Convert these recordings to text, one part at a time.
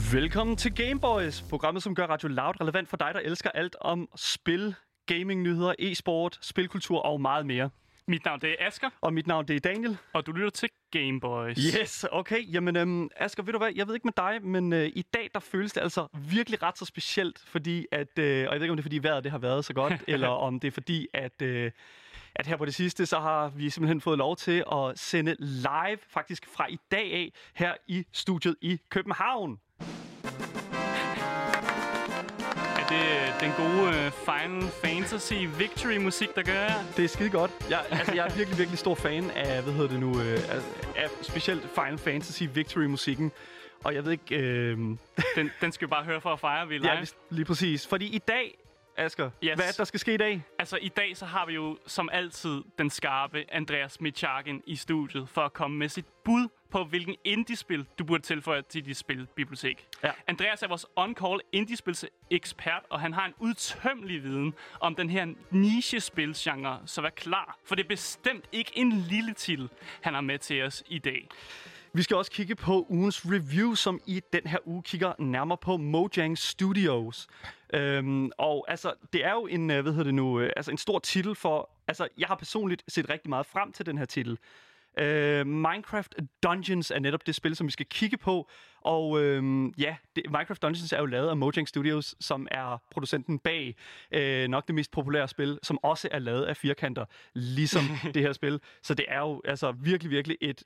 Velkommen til Gameboys, programmet som gør Radio Loud relevant for dig, der elsker alt om spil, gaming-nyheder, e-sport, spilkultur og meget mere. Mit navn det er Asger. Og mit navn det er Daniel. Og du lytter til Gameboys. Yes, okay. Jamen, Asger, ved du hvad? Jeg ved ikke med dig, men i dag der føles det altså virkelig ret så specielt, fordi at, og jeg ved ikke, om det er, fordi vejret det har været så godt, eller om det er fordi, at her på det sidste, så har vi simpelthen fået lov til at sende live, faktisk fra i dag af, her i studiet i København. Er det den gode Final Fantasy Victory-musik, der gør her? Det er skide godt. Jeg er virkelig, virkelig stor fan af, af specielt Final Fantasy Victory-musikken. Og jeg ved ikke... Den skal vi bare høre for at fejre, vi live. Ja, lige præcis. Fordi i dag, Asger, yes. Hvad er det, der skal ske i dag? Altså, i dag så har vi jo som altid den skarpe Andreas Michargin i studiet for at komme med sit bud på, hvilken indie-spil du burde tilføje til dit spilbibliotek. Ja. Andreas er vores on-call indie-spils-ekspert, og han har en udtømmelig viden om den her niche-spilsgenre, så vær klar, for det er bestemt ikke en lille titel, han har med til os i dag. Vi skal også kigge på ugens review, som i den her uge kigger nærmere på Mojang Studios. Og altså, det er jo en, en stor titel for... Altså, jeg har personligt set rigtig meget frem til den her titel. Minecraft Dungeons er netop det spil, som vi skal kigge på. Og Minecraft Dungeons er jo lavet af Mojang Studios, som er producenten bag nok det mest populære spil, som også er lavet af firkanter, ligesom det her spil. Så det er jo altså virkelig et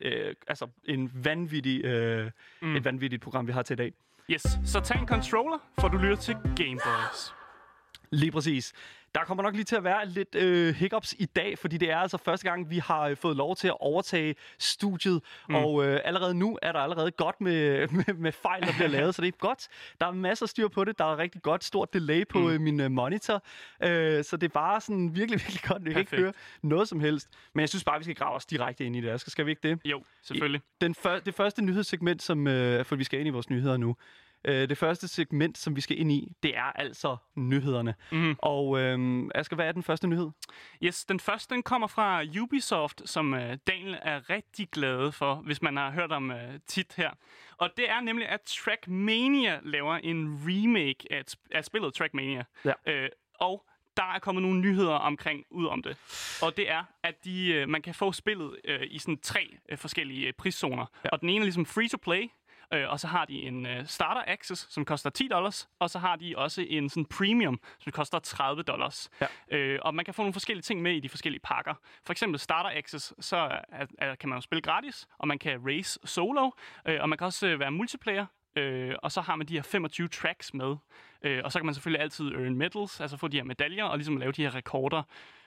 vanvittigt program, vi har til i dag. Yes, så tag en controller, for du lytter til Gameboys. Lige præcis. Der kommer nok lige til at være lidt hiccups i dag, fordi det er altså første gang, vi har fået lov til at overtage studiet. Og allerede nu er der allerede godt med fejl, der bliver lavet, så det er godt. Der er masser af styr på det. Der er rigtig godt stort delay på min monitor. Så det er bare sådan virkelig godt. Vi kan ikke høre noget som helst. Men jeg synes bare, vi skal grave os direkte ind i det. Skal vi ikke det? Jo, selvfølgelig. Det første nyhedssegment, for vi skal ind i vores nyheder nu. Det første segment, som vi skal ind i, det er altså nyhederne. Og Asger, hvad er den første nyhed? Yes, den første den kommer fra Ubisoft, som Daniel er rigtig glad for, hvis man har hørt om tit her. Og det er nemlig, at Trackmania laver en remake af spillet Trackmania. Ja. Og der er kommet nogle nyheder ud om det. Og det er, at man kan få spillet i sådan 3 forskellige priszoner. Ja. Og den ene er ligesom free-to-play. Og så har de en starter access, som koster $10, og så har de også en sådan premium, som koster $30. Ja. Og man kan få nogle forskellige ting med i de forskellige pakker. For eksempel starter access, så kan man jo spille gratis, og man kan race solo, og man kan også være multiplayer. Og så har man de her 25 tracks med. Og så kan man selvfølgelig altid earn medals, altså få de her medaljer, og ligesom lave de her rekorder.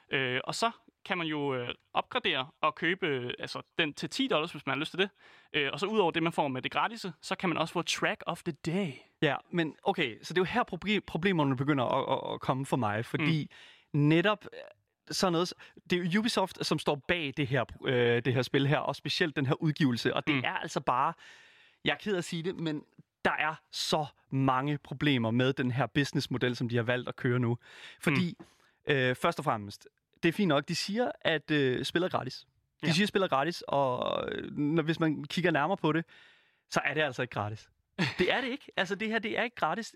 Og så kan man jo opgradere og købe den til $10, hvis man har lyst til det. Og så udover det, man får med det gratise, så kan man også få Track of the Day. Ja, men okay, så det er jo her problemerne begynder at komme for mig, fordi netop sådan noget, det er Ubisoft, som står bag det her spil her, og specielt den her udgivelse, og det er altså bare, jeg er ked af at sige det, men der er så mange problemer med den her businessmodel, som de har valgt at køre nu. Fordi, først og fremmest, det er fint nok, de siger, at spillet er gratis. De siger, at spillet er gratis, og hvis man kigger nærmere på det, så er det altså ikke gratis. Det er det ikke. Altså, det her, det er ikke gratis.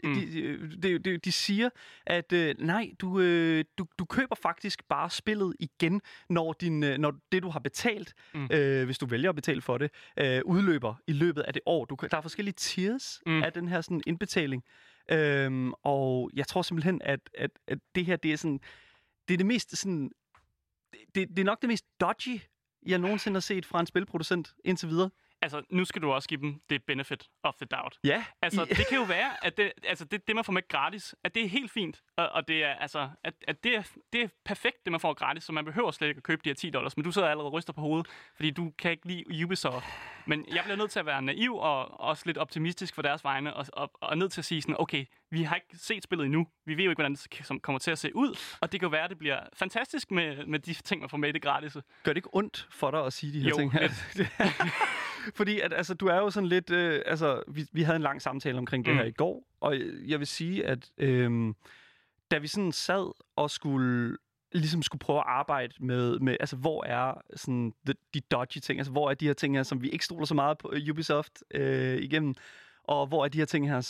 De siger, at nej, du køber faktisk bare spillet igen, når det, du har betalt, hvis du vælger at betale for det, udløber i løbet af det år. Der er forskellige tiers af den her sådan, indbetaling. Og jeg tror simpelthen, at det her, det er sådan... Det er det mest sådan... Det er nok det mest dodgy, jeg nogensinde har set fra en spilproducent indtil videre. Altså, nu skal du også give dem det benefit of the doubt. Ja. Altså, det kan jo være, at det man får med gratis, at det er helt fint. Og det er, altså, at det er perfekt, det man får gratis, så man behøver slet ikke at købe de her $10. Men du sidder allerede og ryster på hovedet, fordi du kan ikke lide Ubisoft. Men jeg bliver nødt til at være naiv og også lidt optimistisk for deres vegne, og nødt til at sige sådan, okay, vi har ikke set spillet endnu. Vi ved jo ikke, hvordan det kommer til at se ud. Og det kan jo være, at det bliver fantastisk med de ting, man får med i det gratis. Gør det ikke ondt for dig at sige de her ting? Jo, fordi at, altså, du er jo sådan lidt... vi havde en lang samtale omkring det her i går, og jeg vil sige, at da vi sådan sad og skulle prøve at arbejde med altså, hvor er sådan de dodgy ting, altså, hvor er de her ting her, som vi ikke stoler så meget på Ubisoft igennem. og hvor er de her ting her,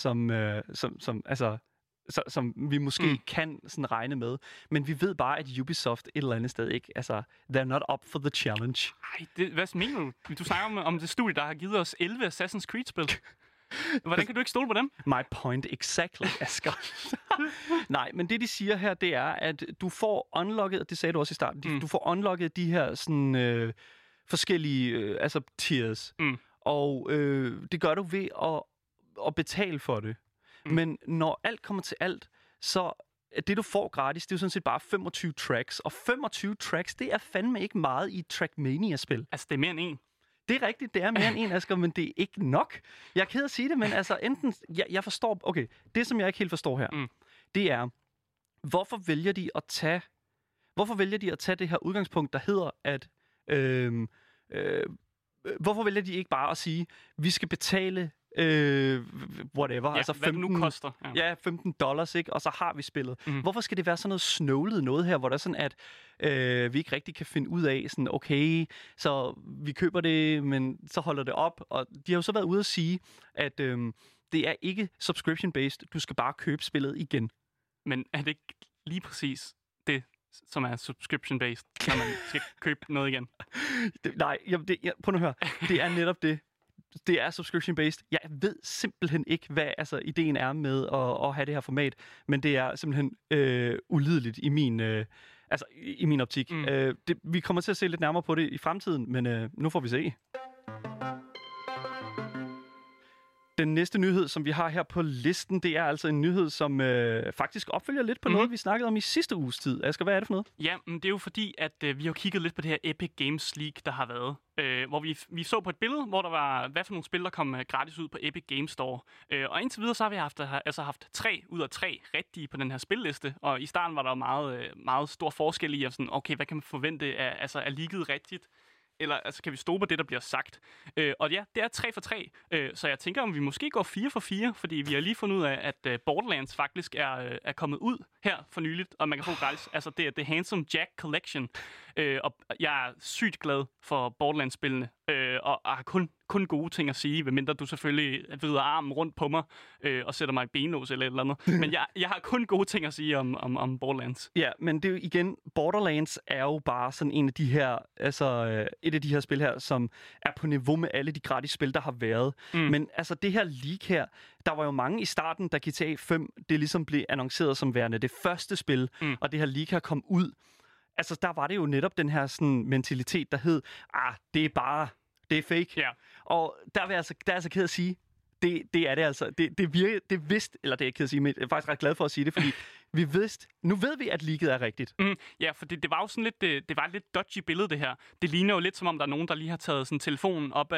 som vi måske kan sådan regne med. Men vi ved bare, at Ubisoft et eller andet sted ikke, altså, they're not up for the challenge. Ej, hvad mener du? Du snakker om det studie, der har givet os 11 Assassin's Creed-spil. Hvordan kan du ikke stole på dem? My point exactly, Asger. Nej, men det de siger her, det er, at du får unlocket, det sagde du også i starten, du får unlocket de her sådan, forskellige tiers. Og det gør du ved at betale for det. Men når alt kommer til alt, så det du får gratis, det er jo sådan set bare 25 tracks. Og 25 tracks, det er fandme ikke meget i et Trackmania-spil. Altså, det er mere end en. Det er rigtigt, det er mere end en, Asger, men det er ikke nok. Jeg er ked af at sige det, men altså enten... Jeg forstår... Okay, det som jeg ikke helt forstår her, det er, hvorfor vælger de at tage det her udgangspunkt, der hedder, at... hvorfor vælger de ikke bare at sige, vi skal betale... whatever, ja, altså 15, hvad det nu koster. Ja, $15, ikke? Og så har vi spillet. Hvorfor skal det være sådan noget snålet noget her, hvor der er sådan, at vi ikke rigtig kan finde ud af, sådan, okay, så vi køber det, men så holder det op. Og de har jo så været ude at sige, at det er ikke subscription-based, du skal bare købe spillet igen. Men er det ikke lige præcis det, som er subscription-based, når man skal købe noget igen? Nej, prøv nu at høre. Det er netop det. Det er subscription-based. Jeg ved simpelthen ikke, hvad ideen er med at have det her format, men det er simpelthen ulideligt i min optik. Vi kommer til at se lidt nærmere på det i fremtiden, men nu får vi se. Den næste nyhed, som vi har her på listen, det er altså en nyhed, som faktisk opfølger lidt på noget, vi snakkede om i sidste uges tid. Asger, hvad er det for noget? Ja, men det er jo fordi, at vi har kigget lidt på det her Epic Games League, der har været. Hvor vi så på et billede, hvor der var, hvad for nogle spil, der kom gratis ud på Epic Games Store. Og indtil videre, så har vi haft 3 ud af 3 rigtige på den her spilliste. Og i starten var der meget stor forskel i, sådan, okay, hvad kan man forvente er leaget rigtigt? Eller kan vi stole på det, der bliver sagt? Og ja, det er 3 for 3. Så jeg tænker, om vi måske går 4 for 4, fordi vi har lige fundet ud af, at Borderlands faktisk er kommet ud her for nyligt, og man kan få gratis. Altså, det er The Handsome Jack Collection. Og jeg er sygt glad for Borderlands-spillene, og har kun gode ting at sige, medmindre du selvfølgelig vrider armen rundt på mig og sætter mig i benlås eller et eller andet. Men jeg har kun gode ting at sige om Borderlands. Ja, men det er jo igen, Borderlands er jo bare sådan en af de her, et af de her spil her, som er på niveau med alle de gratis spil, der har været. Men altså det her leak her, der var jo mange i starten, da GTA 5, det ligesom blev annonceret som værende det første spil, og det her leak her kom ud. Altså, der var det jo netop den her sådan mentalitet, der hed, det er fake. Yeah. Og der er jeg altså ked at sige, det er det altså. Det vidste, eller det er jeg ked at sige, men jeg er faktisk ret glad for at sige det, fordi nu ved vi, at leaget er rigtigt. Ja, for det var jo sådan lidt, det var et lidt dodgy billede, det her. Det ligner jo lidt som om, der er nogen, der lige har taget sådan telefonen op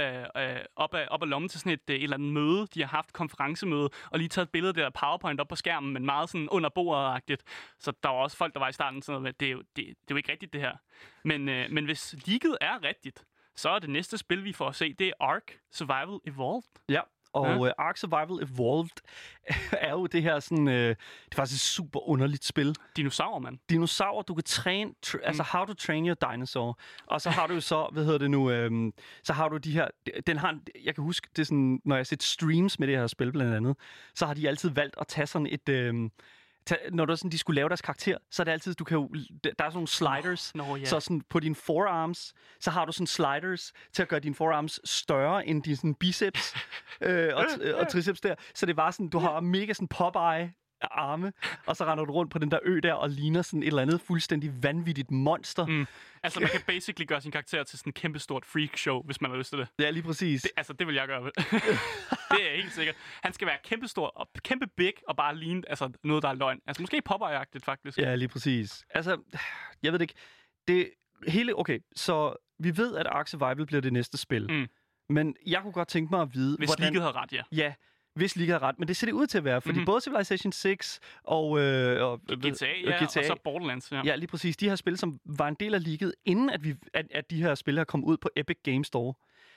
af lommen til sådan et eller andet møde. De har haft konferencemøde, og lige taget et billede der PowerPoint op på skærmen, men meget sådan under bordet-agtigt. Så der var også folk, der var i starten sådan noget, det er jo ikke rigtigt, det her. Men hvis leaget er rigtigt, så er det næste spil, vi får at se, det er Ark Survival Evolved. Ja. Og Ark Survival Evolved er jo det her sådan... det er faktisk et super underligt spil. Dinosaurer, mand. Dinosaurer, du kan træne... altså, how to train your dinosaur. Og så har du jo så... så har du de her... jeg kan huske, det er sådan... Når jeg har set streams med det her spil, blandt andet, så har de altid valgt at tage sådan et... når du sådan, de skulle lave deres karakter, så er det altid, der er sådan nogle sliders, så sådan på dine forearms, så har du sådan sliders til at gøre dine forearms større end dine sådan biceps og triceps der. Så det var sådan, du har mega sådan Popeye arme, og så render du rundt på den der ø der og ligner sådan et eller andet fuldstændig vanvittigt monster. Altså, man kan basically gøre sin karakter til sådan en kæmpestort freak show, hvis man har lyst til det. Ja, lige præcis. Det vil jeg gøre. Det er helt sikkert. Han skal være kæmpestor og kæmpe big og bare ligne noget, der er løgn. Altså, måske Popeye-agtigt, faktisk. Ja, lige præcis. Altså, jeg ved ikke. Okay, så vi ved, at Ark Survival bliver det næste spil. Men jeg kunne godt tænke mig at vide, hvis leaget havde ret, ja. Ja, hvis leaget havde ret. Men det ser det ud til at være, fordi både Civilization 6 og GTA, og så Borderlands. Ja, lige præcis. De her spil, som var en del af leaget, inden at de her spil her kom ud på Epic Games Store.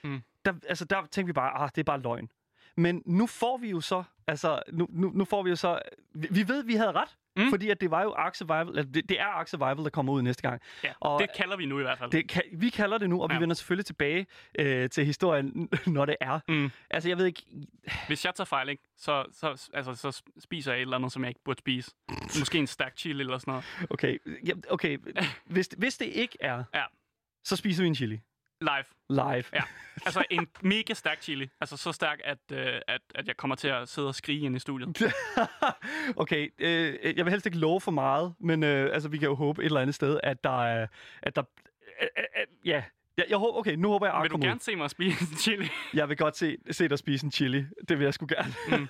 Der tænkte vi bare, det er bare løgn. Men nu får vi jo så, vi ved, vi havde ret. Fordi at det var jo Ark Survival, det er Ark Survival, der kommer ud næste gang. Ja, og det kalder vi nu i hvert fald. Vi kalder det nu, og vi vender selvfølgelig tilbage til historien, når det er. Altså, jeg ved ikke... Hvis jeg tager fejl, ikke, så spiser jeg et eller andet, som jeg ikke burde spise. Måske en stærk chili eller sådan noget. Okay. Hvis det ikke er, så spiser vi en chili. Live. Ja. Altså en mega stærk chili. Altså så stærk, at jeg kommer til at sidde og skrige ind i studiet. Okay, jeg vil helst ikke love for meget, men altså vi kan jo håbe et eller andet sted, at der jeg håber, okay, nu håber jeg, vil du gerne se mig spise en chili? Jeg vil godt se dig spise en chili. Det vil jeg sgu gerne.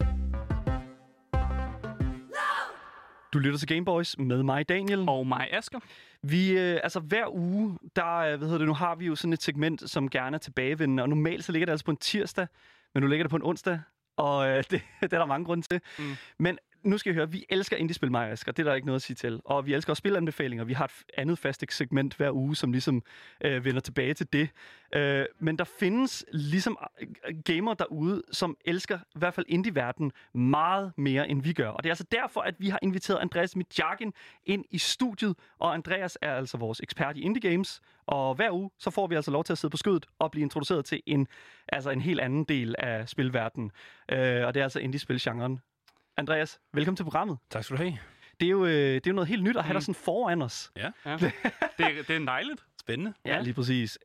Du lytter til Gameboys med mig, Daniel. Og mig, Asger. Vi, altså hver uge, der, nu har vi jo sådan et segment, som gerne er tilbagevendende, og normalt så ligger det altså på en tirsdag, men nu ligger det på en onsdag, og det er der mange grunde til. Men nu skal I høre, vi elsker indie-spil, mig og Asger. Det er der ikke noget at sige til. Og vi elsker også spilanbefalinger. Vi har et andet fast segment hver uge, som ligesom vender tilbage til det. Men der findes ligesom gamere derude, som elsker i hvert fald indie-verdenen meget mere, end vi gør. Og det er altså derfor, at vi har inviteret Andreas Midtjakin ind i studiet. Og Andreas er altså vores ekspert i indie games. Og hver uge, så får vi altså lov til at sidde på skødet og blive introduceret til en helt anden del af spilverdenen. Og det er altså indie-spil-genren. Andreas, velkommen til programmet. Tak skal du have. Det er jo noget helt nyt at have dig sådan foran os. Ja. Det er dejligt. Spændende. Ja, lige præcis.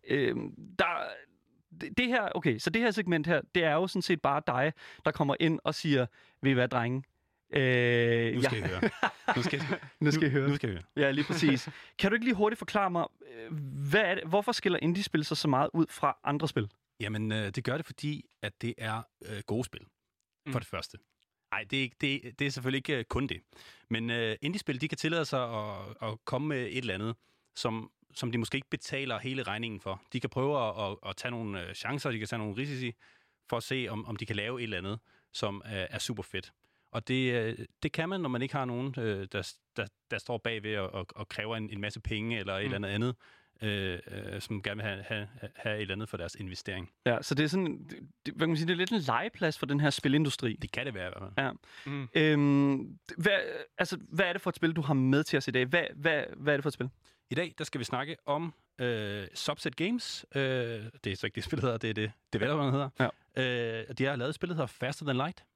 Det her, okay, så det her segment her, det er jo sådan set bare dig, der kommer ind og siger, ved I hvad, drenge? Nu skal I høre. Nu skal I høre. Nu skal I høre. Ja, lige præcis. Kan du ikke lige hurtigt forklare mig, hvorfor skiller indie-spil sig så meget ud fra andre spil? Jamen, det gør det, fordi at det er gode spil, for det første. Nej, det er selvfølgelig ikke kun det. Men indie-spil, de kan tillade sig at komme med et eller andet, som de måske ikke betaler hele regningen for. De kan prøve at tage nogle chancer, de kan tage nogle risici, for at se, om de kan lave et eller andet, som er super fedt. Og det kan man, når man ikke har nogen, der står bagved og kræver en masse penge eller et eller andet, som gerne vil have et eller andet for deres investering. Ja, så det er sådan, hvad kan man sige, det er lidt en legeplads for den her spilindustri. Det kan det være i hvert fald. Ja. Hvad er det for et spil, du har med til os i dag? Hvad er det for et spil? I dag, der skal vi snakke om Subset Games. Det er så ikke det spil hedder, det er det developeren hedder. Ja. De har lavet spillet, der hedder Faster Than Light.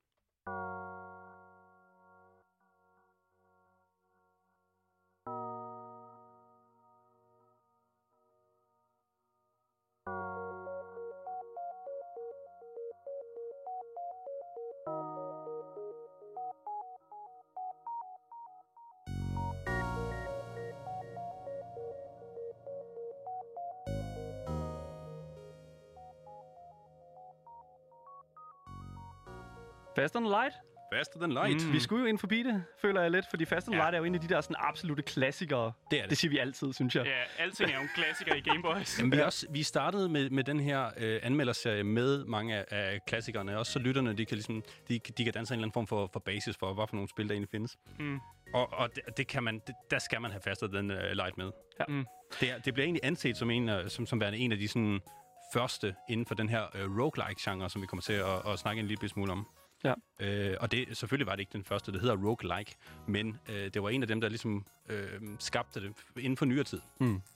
Faster Than Light? Faster Than Light. Vi skulle jo ind forbi det, føler jeg lidt, fordi Faster Than Light er jo en af de der sådan absolute klassikere. Det er det. Det siger vi altid, synes jeg. Ja, alting er jo en klassiker i Game Boys. Jamen, vi startede med den her anmelderserie med mange af klassikerne, også så lytterne, de kan ligesom, de kan danse en eller anden form for basis for, hvad for nogle spil, der egentlig findes. Og det kan man, der skal man have Faster Than Light med. Ja. Det bliver egentlig anset som værende en af de sådan første inden for den her roguelike-genre, som vi kommer til at snakke en lille smule om. Ja. Og selvfølgelig var det ikke den første, det hedder roguelike, men det var en af dem, der ligesom skabte det inden for nyere tid.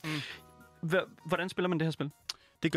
Hvordan spiller man det her spil? Det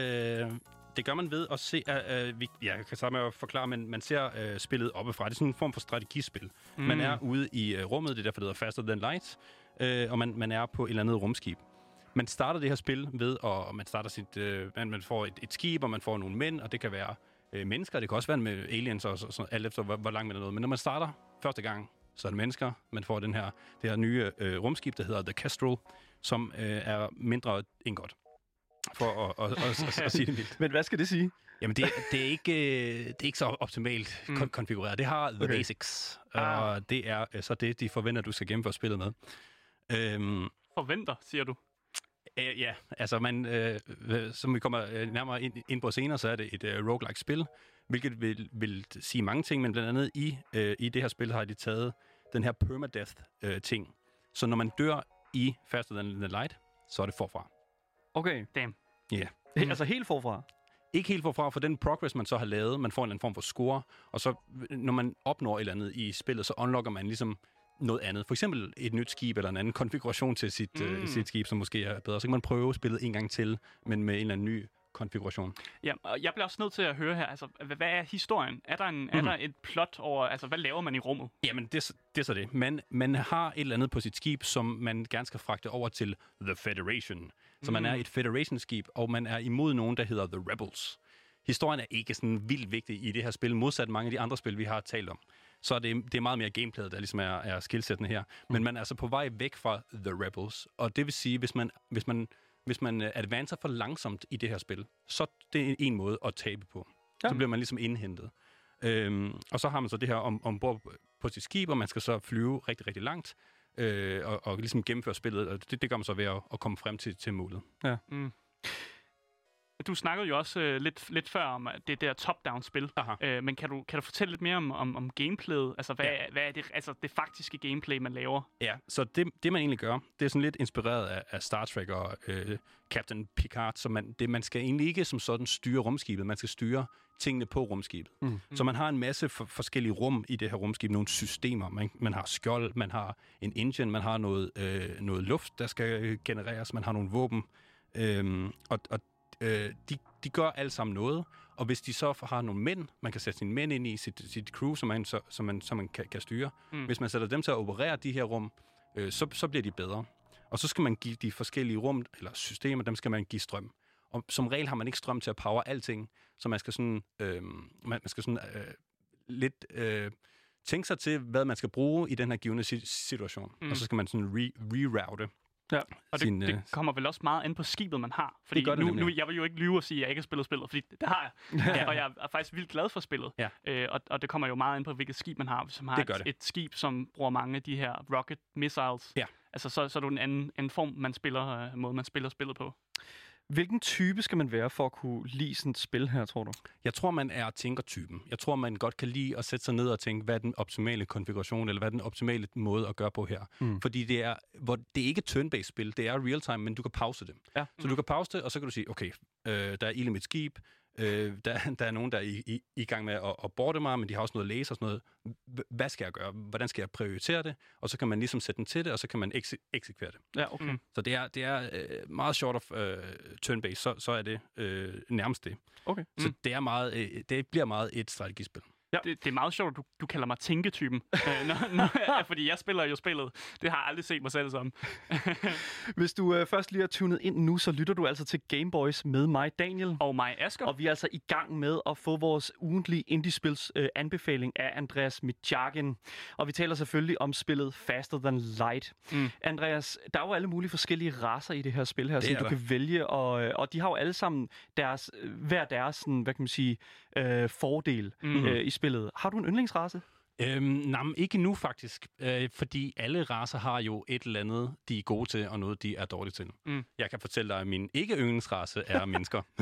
gør man ved at se, jeg kan starte med at forklare, men man ser spillet oppefra. Det er sådan en form for strategispil. Man er ude i rummet, det er derfor, det hedder Faster Than Light, og man er på et eller andet rumskib. Man starter det her spil ved, at man starter man får et skib, og man får nogle mænd, og det kan være mennesker, det kan også være med aliens, og alt efter hvor langt man er nået. Men når man starter første gang, så er det mennesker. Man får det her nye rumskib, der hedder The Kestrel, som er mindre end godt. For at sige det mildt. Men hvad skal det sige? Jamen, det er ikke så optimalt konfigureret. Det har The Basics, og det er så det, de forventer, du skal gennemføre spillet med. Forventer, siger du? Ja, altså som vi kommer nærmere ind på senere, så er det et roguelike-spil, hvilket vil sige mange ting, men blandt andet i det her spil har de taget den her permadeath-ting. Så når man dør i Faster Than Light, så er det forfra. Okay. Damn. Ja. Yeah. Altså helt forfra? Ikke helt forfra, for den progress, man så har lavet, man får en eller anden form for score, og så når man opnår et eller andet i spillet, så unlocker man ligesom noget andet. For eksempel et nyt skib eller en anden konfiguration til sit skib, som måske er bedre. Så kan man prøve spillet en gang til, men med en eller anden ny konfiguration. Ja, og jeg bliver også nødt til at høre her, altså, hvad er historien? Er der et plot over, altså, hvad laver man i rummet? Jamen, det er så det. Man har et eller andet på sit skib, som man gerne skal fragte over til The Federation. Så man er et Federation-skib, og man er imod nogen, der hedder The Rebels. Historien er ikke sådan vildt vigtig i det her spil, modsat mange af de andre spil, vi har talt om. Så er det er meget mere gameplayet, der ligesom er skillsættende her. Men man er altså på vej væk fra The Rebels, og det vil sige, hvis man advancer for langsomt i det her spil, så det er en måde at tabe på. Ja. Så bliver man ligesom indhentet. Og så har man så det her ombord på sit skib, og man skal så flyve rigtig, rigtig langt, og ligesom gennemføre spillet, og det gør man så ved at komme frem til målet. Ja. Du snakkede jo også lidt før om det der top-down-spil, men kan du fortælle lidt mere om gameplayet? Altså, hvad er det, altså, det faktiske gameplay, man laver? Ja, så det man egentlig gør, det er sådan lidt inspireret af Star Trek og Captain Picard, så man skal egentlig ikke som sådan styre rumskibet, man skal styre tingene på rumskibet. Så man har en masse forskellige rum i det her rumskib, nogle systemer. Man har skjold, man har en engine, man har noget luft, der skal genereres, man har nogle våben, de gør alt sammen noget, og hvis de så har nogle mænd, man kan sætte sine mænd ind i sit crew, som man kan styre. Hvis man sætter dem til at operere de her rum, så bliver de bedre. Og så skal man give de forskellige rum, eller systemer, dem skal man give strøm. Og som regel har man ikke strøm til at power alting, så man skal sådan, lidt tænke sig til, hvad man skal bruge i den her givende situation. Og så skal man sådan reroute. Ja, og det kommer vel også meget an på skibet, man har. Fordi nu jeg vil jo ikke lyve og sige, at jeg ikke har spillet spillet, fordi det har jeg. Og jeg er faktisk vildt glad for spillet. Ja. Og det kommer jo meget an på, hvilket skib man har. Hvis man har et skib, som bruger mange af de her rocket missiles, altså, så er det en anden form, måde man spiller spillet på. Hvilken type skal man være for at kunne lide sådan et spil her, tror du? Jeg tror, man er tænkertypen. Jeg tror, man godt kan lide at sætte sig ned og tænke, hvad er den optimale konfiguration, eller hvad er den optimale måde at gøre på her. Fordi det er ikke turn-based spil, det er real-time, men du kan pause det. Ja. Så du kan pause det, og så kan du sige, okay, der er ild i mit skib, der er nogen, der er i gang med at borte mig, men de har også noget laser og sådan noget. Hvad skal jeg gøre? Hvordan skal jeg prioritere det? Og så kan man ligesom sætte den til det, og så kan man eksekvere det. Ja, okay. Så det er meget short of turn-based, så er det nærmest det. Okay. Så det bliver meget et strategispil. Ja. Det er meget sjovt, at du kalder mig tænketypen. Fordi jeg spiller jo spillet. Det har jeg aldrig set mig selv som. Hvis du først lige er tunet ind nu, så lytter du altså til Gameboys med mig, Daniel. Og mig, Asger. Og vi er altså i gang med at få vores ugentlige indiespils anbefaling af Andreas Midtjagen. Og vi taler selvfølgelig om spillet Faster Than Light. Andreas, der er jo alle mulige forskellige racer i det her spil her, som du kan vælge. Og de har jo alle sammen hver deres sådan, hvad kan man sige, fordel i spillet. Har du en yndlingsrace? Nej, ikke nu faktisk. Fordi alle racer har jo et eller andet, de er gode til, og noget, de er dårlige til. Jeg kan fortælle dig, at min ikke-yndlingsrace er mennesker. De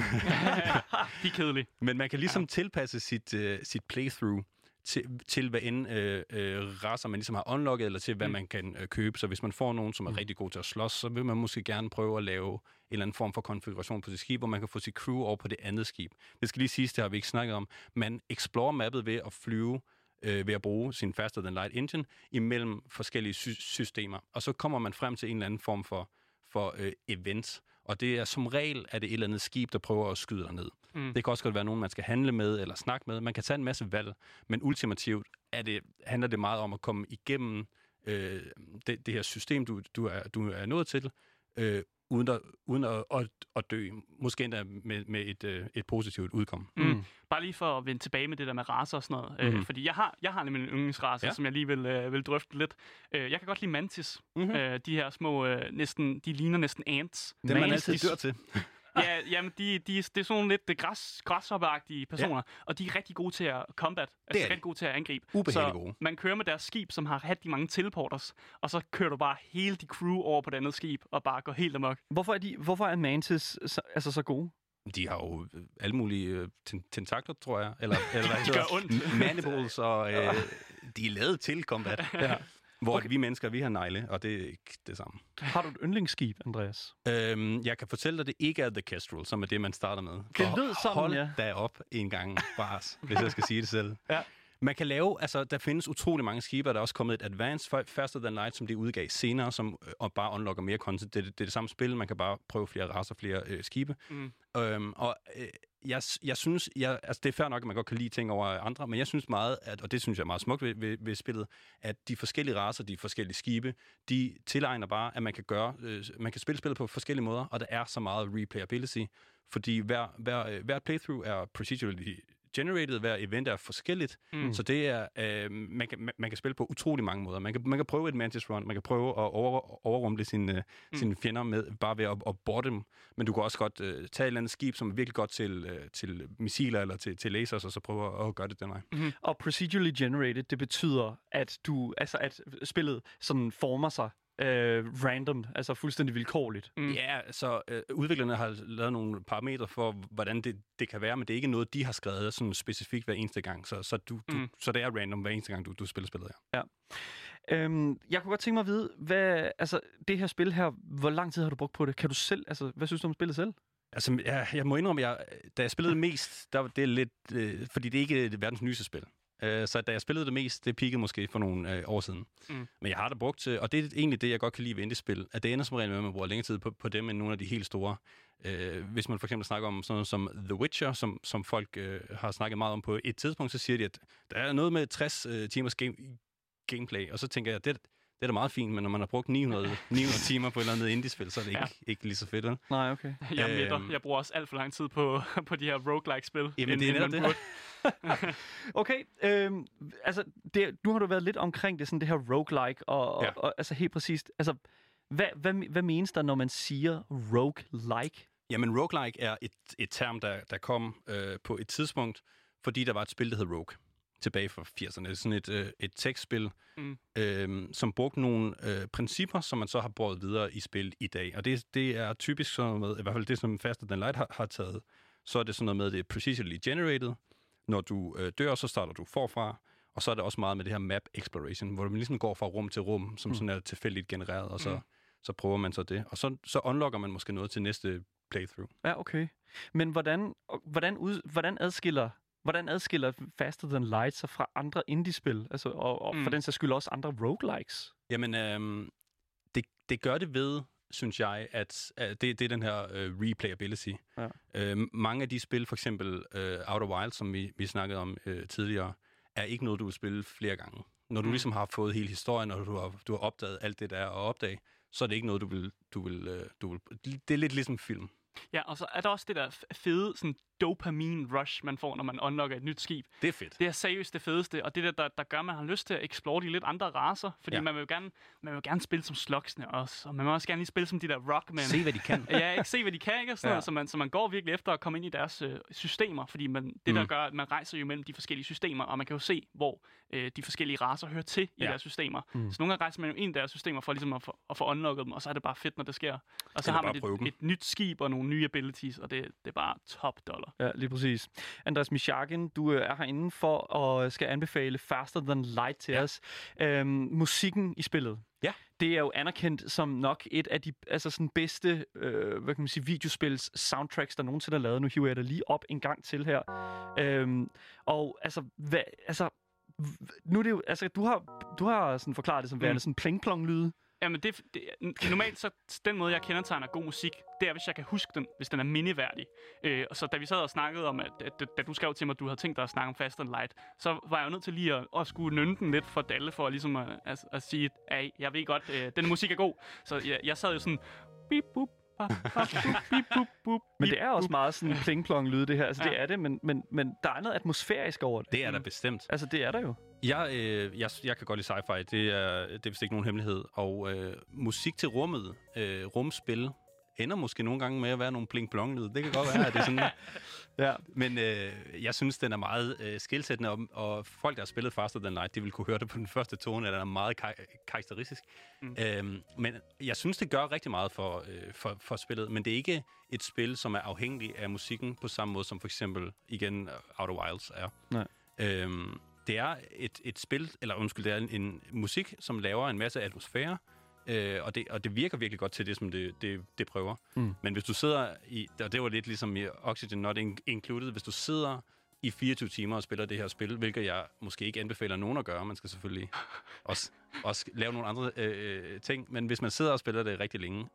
er kedelige. Men man kan ligesom tilpasse sit playthrough til hvad end racer man ligesom har unlocket, eller til hvad man kan købe. Så hvis man får nogen, som er rigtig god til at slås, så vil man måske gerne prøve at lave en eller anden form for konfiguration på sit skib, hvor man kan få sit crew over på det andet skib. Det skal lige siges, det har vi ikke snakket om. Man explorer mappet ved at flyve, ved at bruge sin Faster Than Light engine imellem forskellige systemer. Og så kommer man frem til en eller anden form for event. Og det er som regel et eller andet skib, der prøver at skyde dig ned. Det kan også godt være nogen, man skal handle med eller snakke med. Man kan tage en masse valg, men ultimativt handler det meget om at komme igennem det her system, du er nået til, uden at dø. Måske endda med et positivt udkom. Bare lige for at vende tilbage med det der med racer og sådan noget. Fordi jeg har nemlig en yndlingsrace, som jeg lige vil drøfte lidt. Jeg kan godt lide mantis. De her små, de ligner næsten ants. Det man altid dør til. Jamen, det er sådan nogle lidt græshoppeagtige personer, og de er rigtig gode til at combat, altså rigtig gode til at angribe. Så gode. Man kører med deres skib, som har rigtig mange teleporters, og så kører du bare hele de crew over på det andet skib, og bare går helt amok. Hvorfor er mantis så gode? De har jo alle mulige tentakler, tror jeg. Eller de gør ondt. Mandibles, og de er lavet til combat. Ja. Hvor vi mennesker, vi har negle, og det er ikke det samme. Har du et yndlingsskib, Andreas? Jeg kan fortælle dig, at det ikke er The Kestrel, som er det, man starter med. Det lød sådan, hold da op en gang, bars, hvis jeg skal sige det selv. Ja. Man kan lave, altså der findes utrolig mange skibe, der er også kommet et Advanced Faster Than Light, som de udgav senere, som og bare unlocker mere content. Det er det samme spil, man kan bare prøve flere racer, flere skibe. Jeg synes, altså det er fair nok, at man godt kan lide ting over andre, men jeg synes meget, og det synes jeg er meget smukt ved spillet, at de forskellige racer, de forskellige skibe, de tilegner bare, at man kan spille spillet på forskellige måder, og der er så meget replayability, fordi hver playthrough er procedurally generated, hver event er forskelligt, så det er, man kan spille på utrolig mange måder. Man kan prøve et Mantis Run, man kan prøve at overrumple sine fjender med bare ved at boarde dem, men du kan også godt tage et eller andet skib, som er virkelig godt til missiler eller til lasers, og så prøve at gøre det den vej. Og procedurally generated, det betyder, at at spillet sådan former sig random, altså fuldstændig vilkårligt. Ja, så udviklerne har lavet nogle parametre for, hvordan det kan være, men det er ikke noget, de har skrevet sådan specifikt hver eneste gang. Så det er random hver eneste gang, du spiller spillet her. Ja. Jeg kunne godt tænke mig at vide, det her spil her, hvor lang tid har du brugt på det? Kan du selv, hvad synes du om spillet selv? Altså, jeg må indrømme, da jeg spillede mest, der var det lidt, fordi det er ikke det verdens nyeste spil. Så da jeg spillede det mest, det peakede måske for nogle år siden. Men jeg har da brugt, og det er egentlig det, jeg godt kan lide ved indie-spil, at det ender som regel med, at man bruger længere tid på dem end nogle af de helt store. Hvis man for eksempel snakker om sådan noget som The Witcher, som folk har snakket meget om på et tidspunkt, så siger de, at der er noget med 60 timers gameplay, og så tænker jeg, det er da meget fint, men når man har brugt 900 timer på et eller andet indie-spil, så er det ikke lige så fedt, eller? Nej, okay. Jeg bruger også alt for lang tid på de her roguelike-spil. Jamen, det er det. Okay, nu har du været lidt omkring det, sådan det her roguelike, og altså helt præcist, altså, hvad menes der, når man siger roguelike? Jamen, roguelike er et term, der kom på et tidspunkt, fordi der var et spil, der hed Rogue, tilbage fra 80'erne. Det er sådan et tekstspil, som brugte nogle principper, som man så har båret videre i spil i dag. Og det er typisk sådan noget med, i hvert fald det, som Faster Than Light har taget, så er det sådan noget med, det er procedurally generated. Når du dør, så starter du forfra, og så er det også meget med det her map exploration, hvor man ligesom går fra rum til rum, som sådan er tilfældigt genereret, og så prøver man så det. Og så unlocker man måske noget til næste playthrough. Ja, okay. Men hvordan adskiller Faster Than Light sig fra andre indie-spil? Altså, og for den sags skyld også andre roguelikes? Jamen, det gør det ved, synes jeg, at det er den her replayability. Ja. Mange af de spil, for eksempel Outer Wilds, som vi snakkede om tidligere, er ikke noget, du vil spille flere gange. Når du ligesom har fået hele historien, og du har opdaget alt det, der er at opdage, så er det ikke noget, du vil det er lidt ligesom film. Ja, og så er der også det der fede sådan dopamine rush, man får, når man unlocker et nyt skib. Det er fedt. Det er seriøst det fedeste, og det der gør, at man har lyst til at explore de lidt andre racer, fordi man vil jo gerne spille som slugsene også, og man vil også gerne lige spille som de der rockmen. Se, hvad de kan. Ja, ikke se, hvad de kan, ikke? Og sådan noget, så man går virkelig efter at komme ind i deres systemer, fordi der gør, at man rejser jo mellem de forskellige systemer, og man kan jo se, hvor de forskellige racer hører til i deres systemer. Så nogle gange rejser man jo ind i deres systemer for ligesom at få unlocket dem, og så er det bare fedt, når det sker. Og så har man et nyt skib og nogle nye abilities, og det er bare top dollar. Ja, lige præcis. Andreas Mishargin, du er herinde for at skal anbefale Faster Than Light til os. Musikken i spillet. Ja. Det er jo anerkendt som nok et af de sådan bedste videospils soundtracks, der nogensinde er lavet. Nu hiver jeg det lige op en gang til her. Nu er det jo, du har sådan forklaret det som værende sådan pling-plong-lyde. Jamen, det normalt så den måde, jeg kendetegner god musik, det er, hvis jeg kan huske den, hvis den er mindeværdig. Så da vi sad og snakkede om, da du skrev til mig, at du havde tænkt dig at snakke om Fast and Light, så var jeg jo nødt til lige at skulle nynne den lidt for Dalle, for ligesom at sige, at jeg ved godt, den musik er god. Så jeg sad jo sådan, bip, bup, men det er også meget sådan pling-plong-lyde, det her. Altså, det er det, men der er noget atmosfærisk over det. Det er der bestemt. Altså, det er der jo. Jeg kan godt lide sci-fi. Det er vist ikke nogen hemmelighed. Og musik til rummet, rumspil, ender måske nogle gange med at være nogle pling-plong-lyde. Det kan godt være, at det er sådan. Ja. Men jeg synes, den er meget skelsættende, og folk, der har spillet Faster Than Light, de vil kunne høre det på den første tone, den er meget karakteristisk. Men jeg synes, det gør rigtig meget for spillet, men det er ikke et spil, som er afhængig af musikken på samme måde, som for eksempel, igen, Outer Wilds er. Nej. Det er et spil, det er en musik, som laver en masse atmosfære, og det virker virkelig godt til det, som det prøver. Men hvis du sidder i, og det var lidt ligesom i Oxygen Not Included, hvis du sidder i 24 timer og spiller det her spil, hvilket jeg måske ikke anbefaler nogen at gøre. Man skal selvfølgelig også lave nogle andre ting, men hvis man sidder og spiller det rigtig længe,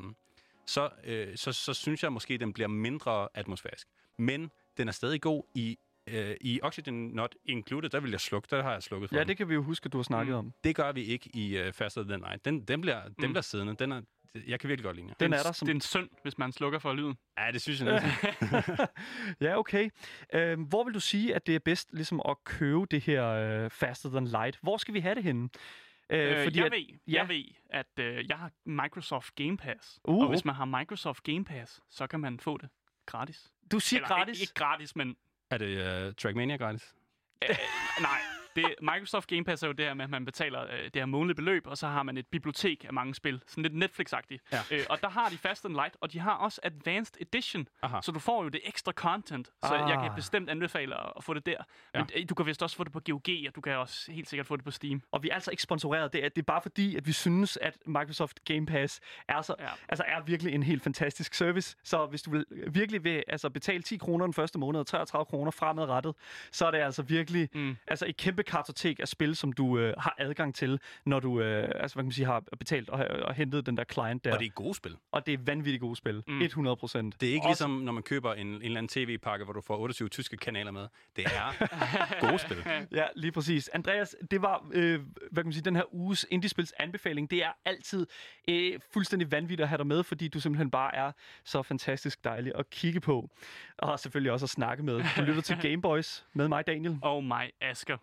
så synes jeg måske, den bliver mindre atmosfærisk. Men den er stadig god i Oxygen Not Included, der vil jeg slukke. Der har jeg slukket for Ja, den. det kan vi jo huske, at du har snakket om. Det gør vi ikke i Faster Than Light. Den bliver siddende. Jeg kan virkelig godt lide den. Er der som... Det er en synd, hvis man slukker for lyden. Ja, det synes jeg næsten. Ja, okay. Hvor vil du sige, at det er bedst ligesom at købe det her Faster Than Light? Hvor skal vi have det henne? Jeg ved, at jeg har Microsoft Game Pass. Og hvis man har Microsoft Game Pass, så kan man få det gratis. Du siger gratis? Ikke gratis, men... Er det Trackmania gratis? Nej. Microsoft Game Pass er jo det her med, at man betaler det her månedlige beløb, og så har man et bibliotek af mange spil. Sådan lidt Netflix-agtigt. Ja. Og der har de Fast and Light, og de har også Advanced Edition. Aha. Så du får jo det ekstra content. Så jeg kan bestemt anbefale at få det der. Ja. Men du kan vist også få det på GOG, og du kan også helt sikkert få det på Steam. Og vi er altså ikke sponsoreret. Det er bare fordi, at vi synes, at Microsoft Game Pass er virkelig en helt fantastisk service. Så hvis du virkelig vil betale 10 kroner den første måned og 33 kroner fremadrettet, så er det altså virkelig et kæmpe kartotek af spil, som du har adgang til, når du har betalt og hentet den der client der. Og det er gode spil. Og det er vanvittigt gode spil. 100%. Det er ikke ligesom, når man køber en eller anden tv-pakke, hvor du får 28 tyske kanaler med. Det er gode spil. Ja, lige præcis. Andreas, det var den her uges indiespils anbefaling. Det er altid fuldstændig vanvittigt at have dig med, fordi du simpelthen bare er så fantastisk dejlig at kigge på. Og selvfølgelig også at snakke med. Du lytter til Gameboys med mig, Daniel. Og mig, Asger.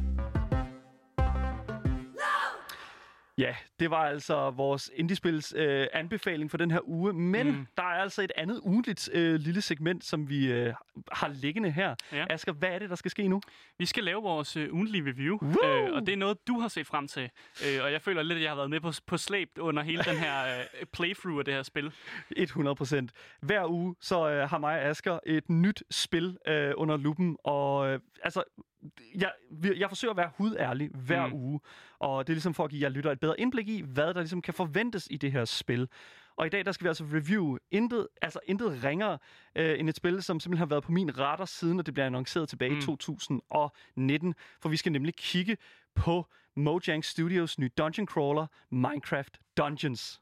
Ja, det var altså vores indiespils anbefaling for den her uge, men der er altså et andet ugentligt lille segment, som vi har liggende her. Ja. Asger, hvad er det, der skal ske nu? Vi skal lave vores ugentlige review, og det er noget, du har set frem til. Og jeg føler lidt, at jeg har været med på slæb under hele den her playthrough af det her spil. 100%. Hver uge så har mig og Asger et nyt spil under luppen, og jeg forsøger at være hudærlig hver uge, og det er ligesom for at give jer lytter et bedre indblik i, hvad der ligesom kan forventes i det her spil. Og i dag, der skal vi altså review intet ringere end et spil, som simpelthen har været på min radar siden, og det bliver annonceret tilbage i 2019, for vi skal nemlig kigge på Mojang Studios nye dungeon crawler, Minecraft Dungeons.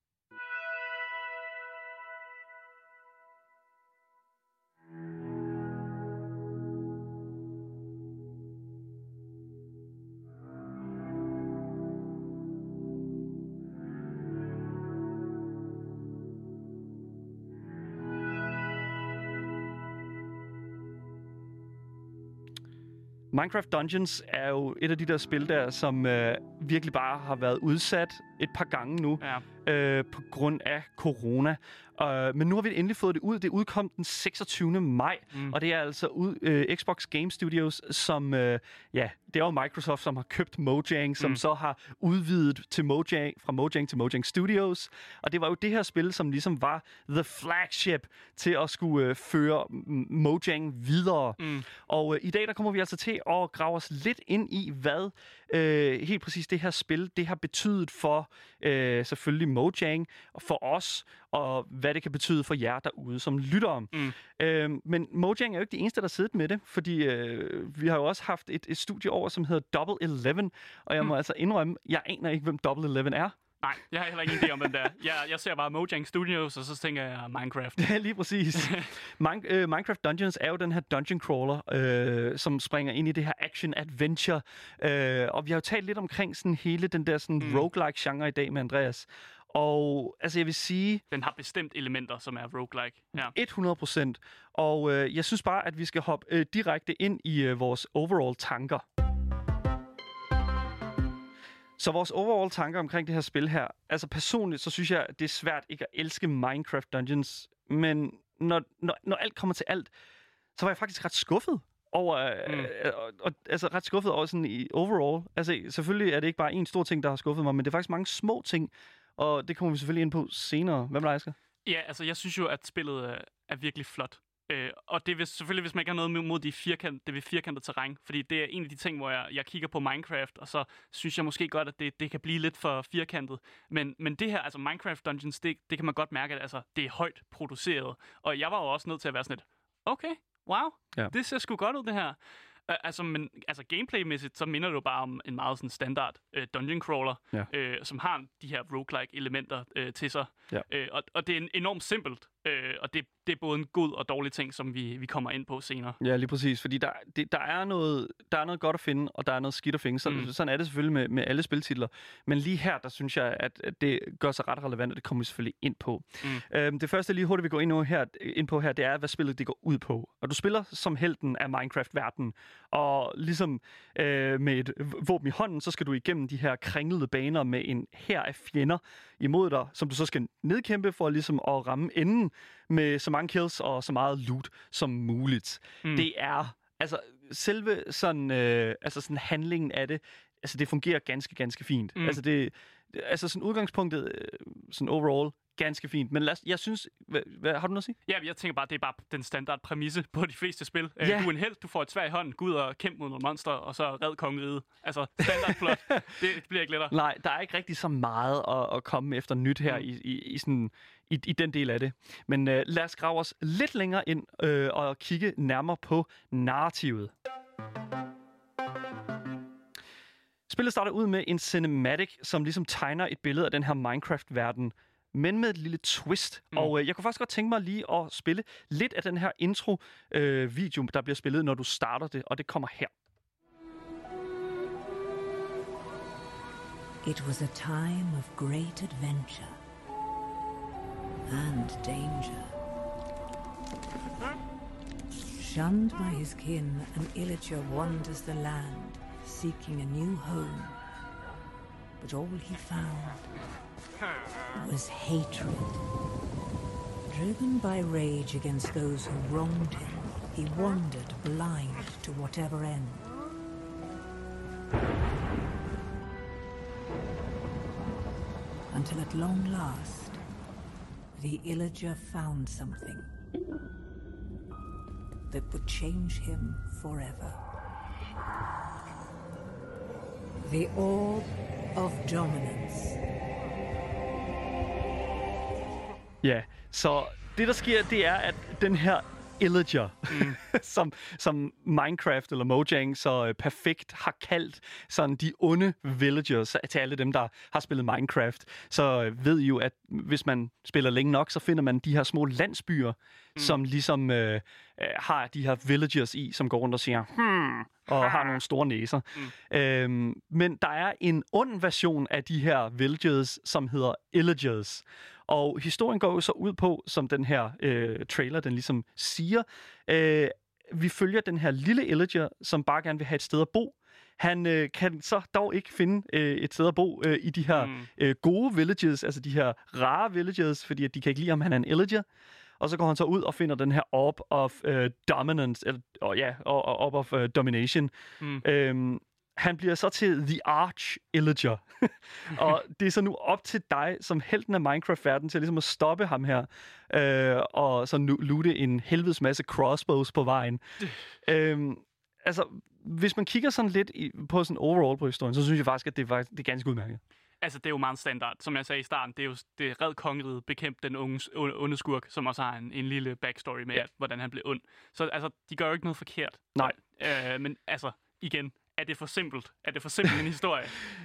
Minecraft Dungeons er jo et af de der spil der, som virkelig bare har været udsat et par gange nu, på grund af corona. Men nu har vi endelig fået det ud. Det udkom den 26. maj, og det er altså Xbox Game Studios, som det er jo Microsoft, som har købt Mojang, som så har udvidet til fra Mojang til Mojang Studios. Og det var jo det her spil, som ligesom var the flagship til at skulle føre Mojang videre. Og i dag, der kommer vi altså til at grave os lidt ind i, hvad helt præcis det her spil, det har betydet for selvfølgelig Mojang, og for os, og hvad det kan betyde for jer derude som lyttere. Men Mojang er jo ikke de eneste, der har siddet med det, fordi vi har jo også haft et studie over, som hedder Double 11, og jeg må altså indrømme, jeg aner ikke, hvem Double 11 er. Nej, jeg har heller ikke en idé om, hvem det er. Jeg ser bare Mojang Studios, og så tænker jeg Minecraft. Ja, lige præcis. Minecraft Dungeons er jo den her dungeon crawler, som springer ind i det her action-adventure. Og vi har jo talt lidt omkring sådan hele den der sådan roguelike-genre i dag med Andreas. Og altså jeg vil sige... Den har bestemt elementer, som er roguelike. Ja. 100%. Og jeg synes bare, at vi skal hoppe direkte ind i vores overall tanker. Så vores overall tanker omkring det her spil her, altså personligt, så synes jeg, det er svært ikke at elske Minecraft Dungeons, men når alt kommer til alt, så var jeg faktisk ret skuffet over, ret skuffet over sådan i overall. Altså selvfølgelig er det ikke bare en stor ting, der har skuffet mig, men det er faktisk mange små ting, og det kommer vi selvfølgelig ind på senere. Hvad med dig, Asger? Ja, altså jeg synes jo, at spillet er virkelig flot. Og det er selvfølgelig, hvis man ikke har noget mod det firkantede terræn, fordi det er en af de ting, hvor jeg kigger på Minecraft, og så synes jeg måske godt, at det kan blive lidt for firkantet. Men det her, altså Minecraft Dungeons, det kan man godt mærke, at altså, det er højt produceret. Og jeg var jo også nødt til at være sådan lidt, okay, Wow, Ja. det ser sgu godt ud, det her. Men gameplaymæssigt, så minder det jo bare om en meget sådan standard dungeon crawler, som har de her roguelike elementer til sig. Ja. Og det er enormt simpelt, og det er både en god og dårlig ting, som vi kommer ind på senere. Ja, lige præcis. Fordi der er noget godt at finde, og der er noget skidt at finde. Sådan er det selvfølgelig med alle spiltitler. Men lige her, der synes jeg, at det gør sig ret relevant, og det kommer vi selvfølgelig ind på. Det første lige hurtigt, vi går ind på her, det er, hvad spillet det går ud på. Og du spiller som helten af Minecraft-verdenen, og ligesom med et våben i hånden, så skal du igennem de her kringlede baner med en hær af fjender imod dig, som du så skal nedkæmpe for ligesom at ramme enden med så mange kills og så meget loot som muligt. Det er altså selve sådan handlingen af det. Altså det fungerer ganske, ganske fint. Altså sådan udgangspunktet sådan overall ganske fint. Men jeg synes... har du noget at sige? Ja, jeg tænker bare, det er bare den standard præmisse på de fleste spil. Du er en helt, du får et sværd i hånden, gå ud og kæmpe mod nogle monster, og så red kongeriget. Altså, standard plot. Det bliver ikke lettere. Nej, der er ikke rigtig så meget at komme efter nyt her i den del af det. Men lad os grave os lidt længere ind og kigge nærmere på narrativet. Spillet starter ud med en cinematic, som ligesom tegner et billede af den her Minecraft-verden, men med et lille twist. Og jeg kunne faktisk godt tænke mig lige at spille lidt af den her intro-video, der bliver spillet, når du starter det, og det kommer her. It was a time of great adventure and danger. Shunned by his kin, an illager wanders the land, seeking a new home. But all he found was hatred. Driven by rage against those who wronged him, he wandered blind to whatever end. Until at long last, the illager found something that would change him forever. The Orb of Dominance. Ja, så det der sker, det er, at den her illager, som Minecraft eller Mojang så perfekt har kaldt sådan de onde villagers til alle dem, der har spillet Minecraft, så ved I jo, at hvis man spiller længe nok, så finder man de her små landsbyer, som ligesom har de her villagers i, som går rundt og siger, og har nogle store næser. Men der er en ond version af de her villagers, som hedder illagers. Og historien går jo så ud på, som den her trailer, den ligesom siger, vi følger den her lille illager, som bare gerne vil have et sted at bo. Han kan så dog ikke finde et sted at bo i de her gode villages, altså de her rare villages, fordi at de kan ikke lide, om han er en illager. Og så går han så ud og finder den her Orb of Dominance, Orb of Domination. Han bliver så til The Arch Illager. Og det er så nu op til dig, som helten af Minecraft-verden, til ligesom at stoppe ham her. Og så loote en helvedes masse crossbows på vejen. Altså, hvis man kigger sådan lidt på sådan overall på historien, så synes jeg faktisk, at det er ganske udmærket. Altså, det er jo meget standard. Som jeg sagde i starten, det er jo red kongeriget, bekæmpe den onde skurk, som også har en lille backstory med, hvordan han blev ond. Så altså, de gør jo ikke noget forkert. Nej. Men altså, igen, er det for simpelt? Er det for simpelt en historie?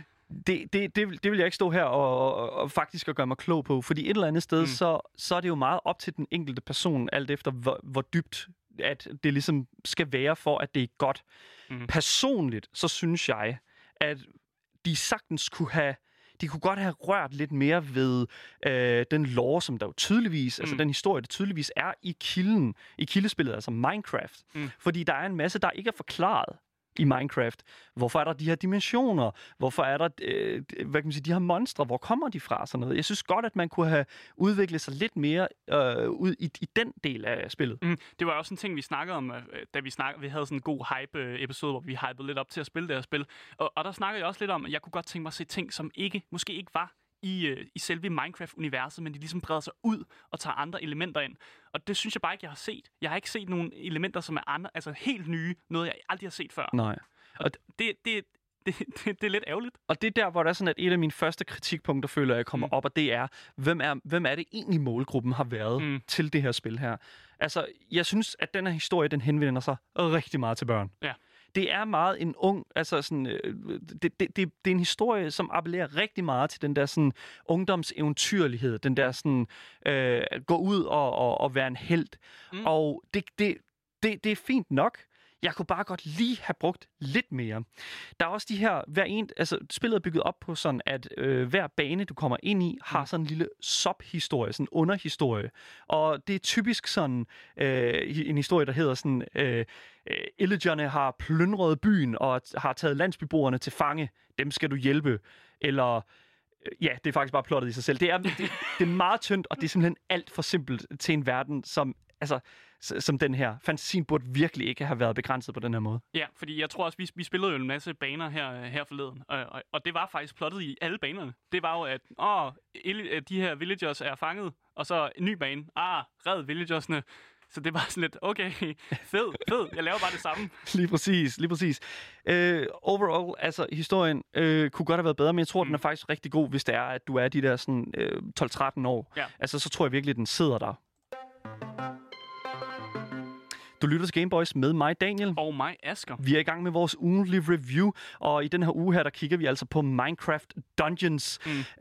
Det vil jeg ikke stå her og faktisk at gøre mig klog på, fordi et eller andet sted, så er det jo meget op til den enkelte person, alt efter hvor dybt at det ligesom skal være for, at det er godt. Personligt, så synes jeg, at de sagtens de kunne godt have rørt lidt mere ved den lore, som der jo tydeligvis, altså den historie, der tydeligvis er i kildespillet, altså Minecraft. Fordi der er en masse, der ikke er forklaret i Minecraft. Hvorfor er der de her dimensioner? Hvorfor er der hvad kan man sige, de her monstre? Hvor kommer de fra? Sådan noget. Jeg synes godt, at man kunne have udviklet sig lidt mere ud i den del af spillet. Det var også en ting, vi snakkede om, da vi havde sådan en god hype-episode, hvor vi hypede lidt op til at spille det her spil. Og der snakkede jeg også lidt om, at jeg kunne godt tænke mig at se ting, som måske ikke var i selve Minecraft-universet, men de ligesom breder sig ud og tager andre elementer ind. Og det synes jeg bare ikke, jeg har set. Jeg har ikke set nogle elementer, som er andre, altså helt nye, noget jeg aldrig har set før. Nej. Og det det er lidt ærgerligt. Og det er der, hvor der er sådan, at et af mine første kritikpunkter, føler jeg kommer op, og det er, hvem er det egentlig målgruppen har været til det her spil her? Altså, jeg synes, at den her historie, den henvender sig rigtig meget til børn. Ja. Det er meget en ung, altså sådan, det er en historie, som appellerer rigtig meget til den der sådan ungdomseventyrlighed, den der sådan, gå ud og være en helt. Og det er fint nok. Jeg kunne bare godt lige have brugt lidt mere. Der er også de her, spillet er bygget op på sådan, at hver bane, du kommer ind i, har sådan en lille sub-historie, sådan en underhistorie. Og det er typisk sådan en historie, der hedder sådan, Illagerne har plyndret byen og har taget landsbyboerne til fange. Dem skal du hjælpe. Eller ja, det er faktisk bare plottet i sig selv. Det er meget tyndt, og det er simpelthen alt for simpelt til en verden, som den her. Fantasien burde virkelig ikke have været begrænset på den her måde. Ja, fordi jeg tror også, vi spillede jo en masse baner her forleden, og det var faktisk plottet i alle banerne. Det var jo, at de her villagers er fanget, og så en ny bane. Red villagersne. Så det var sådan lidt, okay, fed, jeg laver bare det samme. Lige præcis. Overall, altså historien kunne godt have været bedre, men jeg tror, den er faktisk rigtig god, hvis det er, at du er de der sådan 12-13 år. Ja. Altså, så tror jeg virkelig, at den sidder der. Du lytter til Gameboys med mig, Daniel. Og mig, Asger. Vi er i gang med vores ugentlige review, og i den her uge her, der kigger vi altså på Minecraft Dungeons.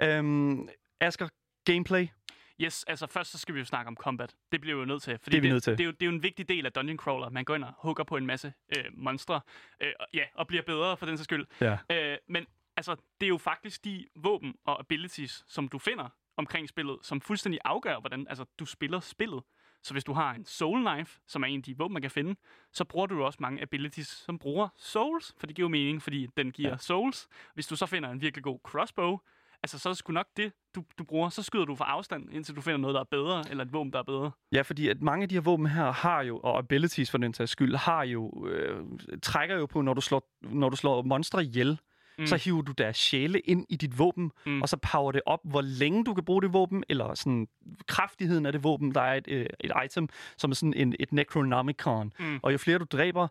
Asger, gameplay? Yes, altså først så skal vi jo snakke om combat. Det bliver vi jo nødt til. Fordi det er vi nødt til. Det er jo en vigtig del af Dungeon Crawler. Man går ind og hugger på en masse monstre, og bliver bedre for den sags skyld. Ja. Men altså, det er jo faktisk de våben og abilities, som du finder omkring spillet, som fuldstændig afgør, hvordan du spiller spillet. Så hvis du har en soul knife, som er en af de våben, man kan finde, så bruger du også mange abilities, som bruger souls, for det giver mening, fordi den giver souls. Hvis du så finder en virkelig god crossbow, altså så er det sgu nok det, du bruger. Så skyder du fra afstand, indtil du finder noget, der er bedre, eller et våben, der er bedre. Ja, fordi at mange af de her våben her har jo, og abilities for den sags skyld, har jo, trækker jo på, når du slår monstre ihjel, så hiver du deres sjæle ind i dit våben, og så power det op, hvor længe du kan bruge det våben, eller sådan kraftigheden af det våben. Der er et item, som er sådan et Necronomicon. Og jo flere du dræber,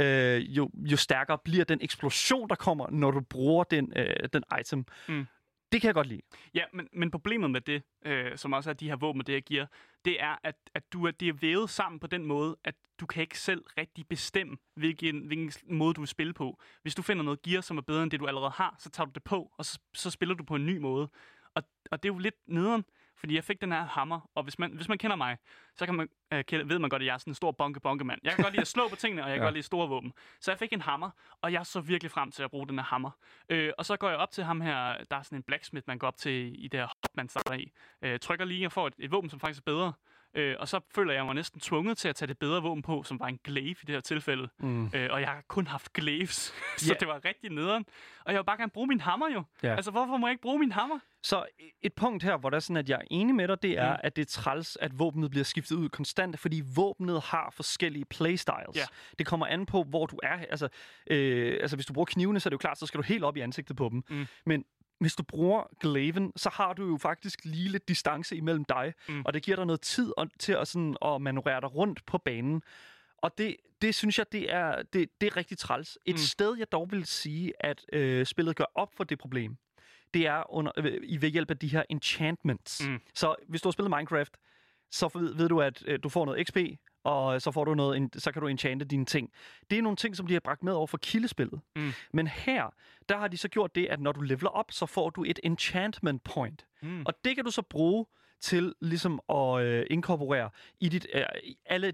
jo stærkere bliver den eksplosion, der kommer, når du bruger den item. Det kan jeg godt lide. Ja, men problemet med det, som også er de her våben og det her gear, det er, at det er vævet sammen på den måde, at du kan ikke selv rigtig bestemme, hvilken måde du vil spille på. Hvis du finder noget gear, som er bedre end det, du allerede har, så tager du det på, og så spiller du på en ny måde. Og det er jo lidt nederen, fordi jeg fik den her hammer, og hvis man kender mig, så ved man godt, at jeg er sådan en stor bonke-mand. Jeg kan godt lide at slå på tingene, og jeg kan godt lide store våben. Så jeg fik en hammer, og jeg så virkelig frem til at bruge den her hammer. Og så går jeg op til ham her, der er sådan en blacksmith, man går op til i det her hop, man starter i. Trykker lige og får et våben, som faktisk er bedre. Og så føler jeg mig næsten tvunget til at tage det bedre våben på, som var en glaive i det her tilfælde. Og jeg har kun haft glaives, så det var rigtig nederen. Og jeg vil bare gerne bruge min hammer jo. Yeah. Altså, hvorfor må jeg ikke bruge min hammer? Så et punkt her, hvor der er sådan, at jeg er enig med dig, det er, at det er træls, at våbnet bliver skiftet ud konstant, fordi våbnet har forskellige playstyles. Yeah. Det kommer an på, hvor du er. Altså, hvis du bruger knivene, så er det jo klart, så skal du helt op i ansigtet på dem. Men hvis du bruger glaiven, så har du jo faktisk lige lidt distance imellem dig, og det giver dig noget tid til at manøvrere dig rundt på banen. Og det synes jeg, det er rigtig træls. Et sted, jeg dog vil sige, at spillet gør op for det problem, det er ved hjælp af de her enchantments. Så hvis du har spillet Minecraft, så ved du, at du får noget XP, og så får du så kan du enchante dine ting. Det er nogle ting, som de har bragt med over for kildespillet. Men her, der har de så gjort det, at når du leveler op, så får du et enchantment point. Og det kan du så bruge til ligesom at inkorporere i alle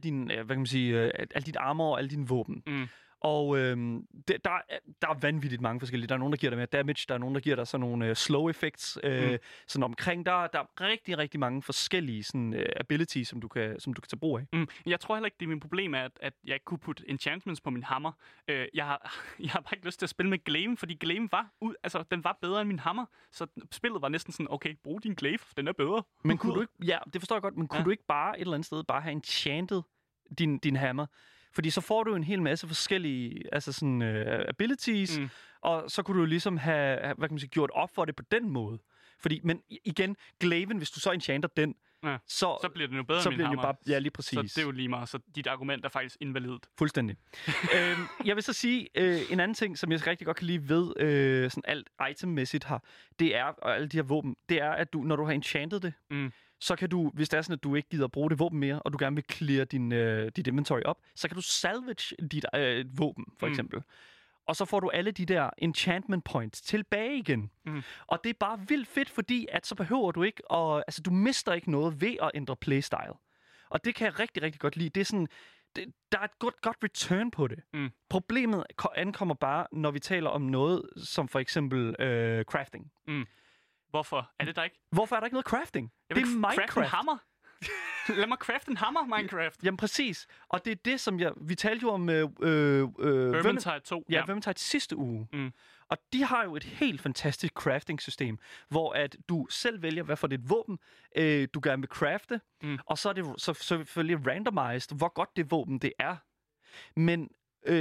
dit armor og alle dine våben. Og der er vanvittigt mange forskellige. Der er nogen, der giver dig mere damage, der er nogen, der giver dig sådan nogle slow effects. Sådan omkring. Der er rigtig, rigtig mange forskellige sådan, abilities, som du kan tage brug af. Jeg tror heller ikke, det er min problem, at jeg ikke kunne putte enchantments på min hammer. Jeg har bare ikke lyst til at spille med glaiven, fordi glaiven den var bedre end min hammer. Så spillet var næsten sådan, okay, brug din glaive, den er bedre. Men kunne du ikke, ja, det forstår jeg godt, men kunne du ikke bare et eller andet sted bare have enchanted din hammer? Fordi så får du en hel masse forskellige abilities, og så kunne du ligesom have gjort op for det på den måde. Men igen, glaiven, hvis du så enchanter den, så bliver det jo bedre så end bliver min det jo hammer. bare, ja, lige præcis. Så det er jo lige meget, så dit argument er faktisk invalidt. Fuldstændig. Jeg vil så sige, en anden ting, som jeg rigtig godt kan lide ved sådan alt itemmæssigt her, det er, og alle de her våben, det er, at du, når du har enchantet det, så kan du, hvis det er sådan, at du ikke gider bruge det våben mere, og du gerne vil clear dit inventory op, så kan du salvage dit våben, for eksempel. Og så får du alle de der enchantment points tilbage igen. Og det er bare vildt fedt, fordi at så behøver du ikke at... Altså, du mister ikke noget ved at ændre playstyle. Og det kan jeg rigtig, rigtig godt lide. Det er sådan... Der er et godt return på det. Problemet ankommer bare, når vi taler om noget som for eksempel crafting. Hvorfor? Er det der ikke? Hvorfor er der ikke noget crafting? Det er Minecraft. En hammer. Lad mig crafte en hammer, Minecraft. Jamen præcis. Og det er det, som vi talte jo om... Vermintide 2. Ja, Vermintide sidste uge. Og de har jo et helt fantastisk crafting-system, hvor at du selv vælger, hvad for det våben, du gerne vil crafte. Og så er det så selvfølgelig randomized, hvor godt det våben det er. Men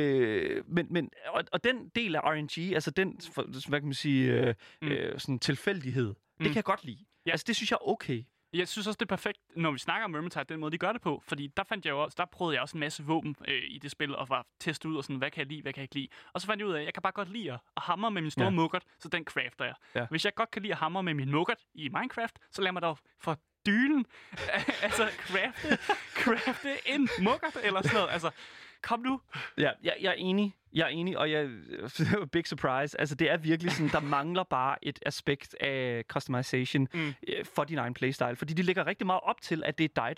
den del af RNG, altså den, hvad kan man sige, sådan tilfældighed, det kan jeg godt lide. Ja. Altså det synes jeg er okay. Jeg synes også, det er perfekt, når vi snakker om Vermintide, den måde, de gør det på. Fordi der prøvede jeg også en masse våben i det spil, og var testet ud og sådan, hvad kan jeg lide, hvad kan jeg ikke lide. Og så fandt jeg ud af, at jeg kan bare godt lide at hamre med min store muggert, så den crafter jeg. Ja. Hvis jeg godt kan lide at hamre med min muggert i Minecraft, så lad mig dog for dylen, altså crafte en muggert eller sådan noget. Altså, kom nu. Ja, jeg er enig. Og big surprise. Altså, det er virkelig sådan, der mangler bare et aspekt af customization for din egen playstyle. Fordi de lægger rigtig meget op til, at det er dig,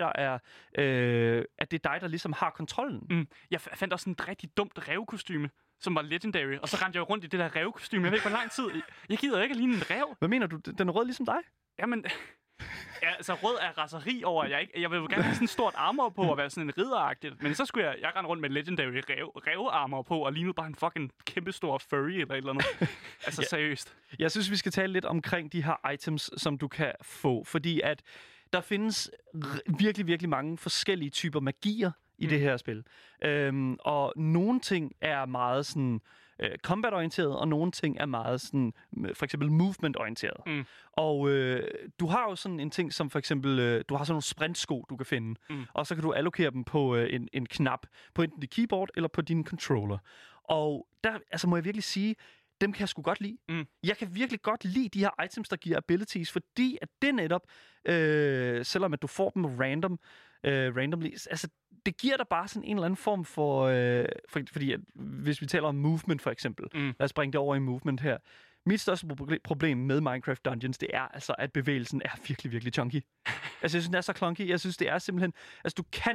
der ligesom har kontrollen. Jeg fandt også sådan et rigtig dumt rævekostyme, som var legendary. Og så rendte jeg rundt i det der rævekostyme. Jeg ved ikke, hvor lang tid. Jeg gider ikke at ligne en ræv. Hvad mener du? Den er rød ligesom dig? Jamen... Ja, altså rød er raseri over, at jeg vil jo gerne have sådan en stort armor på og være sådan en ridderagtigt. Men så skulle jeg rende rundt med legendary rævearmor på og lignede bare en fucking kæmpestor furry eller et eller andet. Altså seriøst. Jeg synes, vi skal tale lidt omkring de her items, som du kan få. Fordi at der findes virkelig, virkelig mange forskellige typer magier i det her spil. Og nogle ting er meget sådan... combat-orienteret, og nogle ting er meget sådan, for eksempel movement-orienteret. Og du har jo sådan en ting som for eksempel, du har sådan nogle sprintsko, du kan finde, og så kan du allokere dem på en knap, på enten dit keyboard eller på din controller. Og der, altså må jeg virkelig sige, dem kan jeg sgu godt lide. Jeg kan virkelig godt lide de her items, der giver abilities, fordi at det netop, selvom at du får dem randomly, altså det giver dig bare sådan en eller anden form for fordi at, hvis vi taler om movement for eksempel, lad os bringe det over i movement her. Mit største problem med Minecraft Dungeons, det er altså, at bevægelsen er virkelig, virkelig chunky. Altså, jeg synes, den er så clunky. Jeg synes, det er simpelthen... Altså,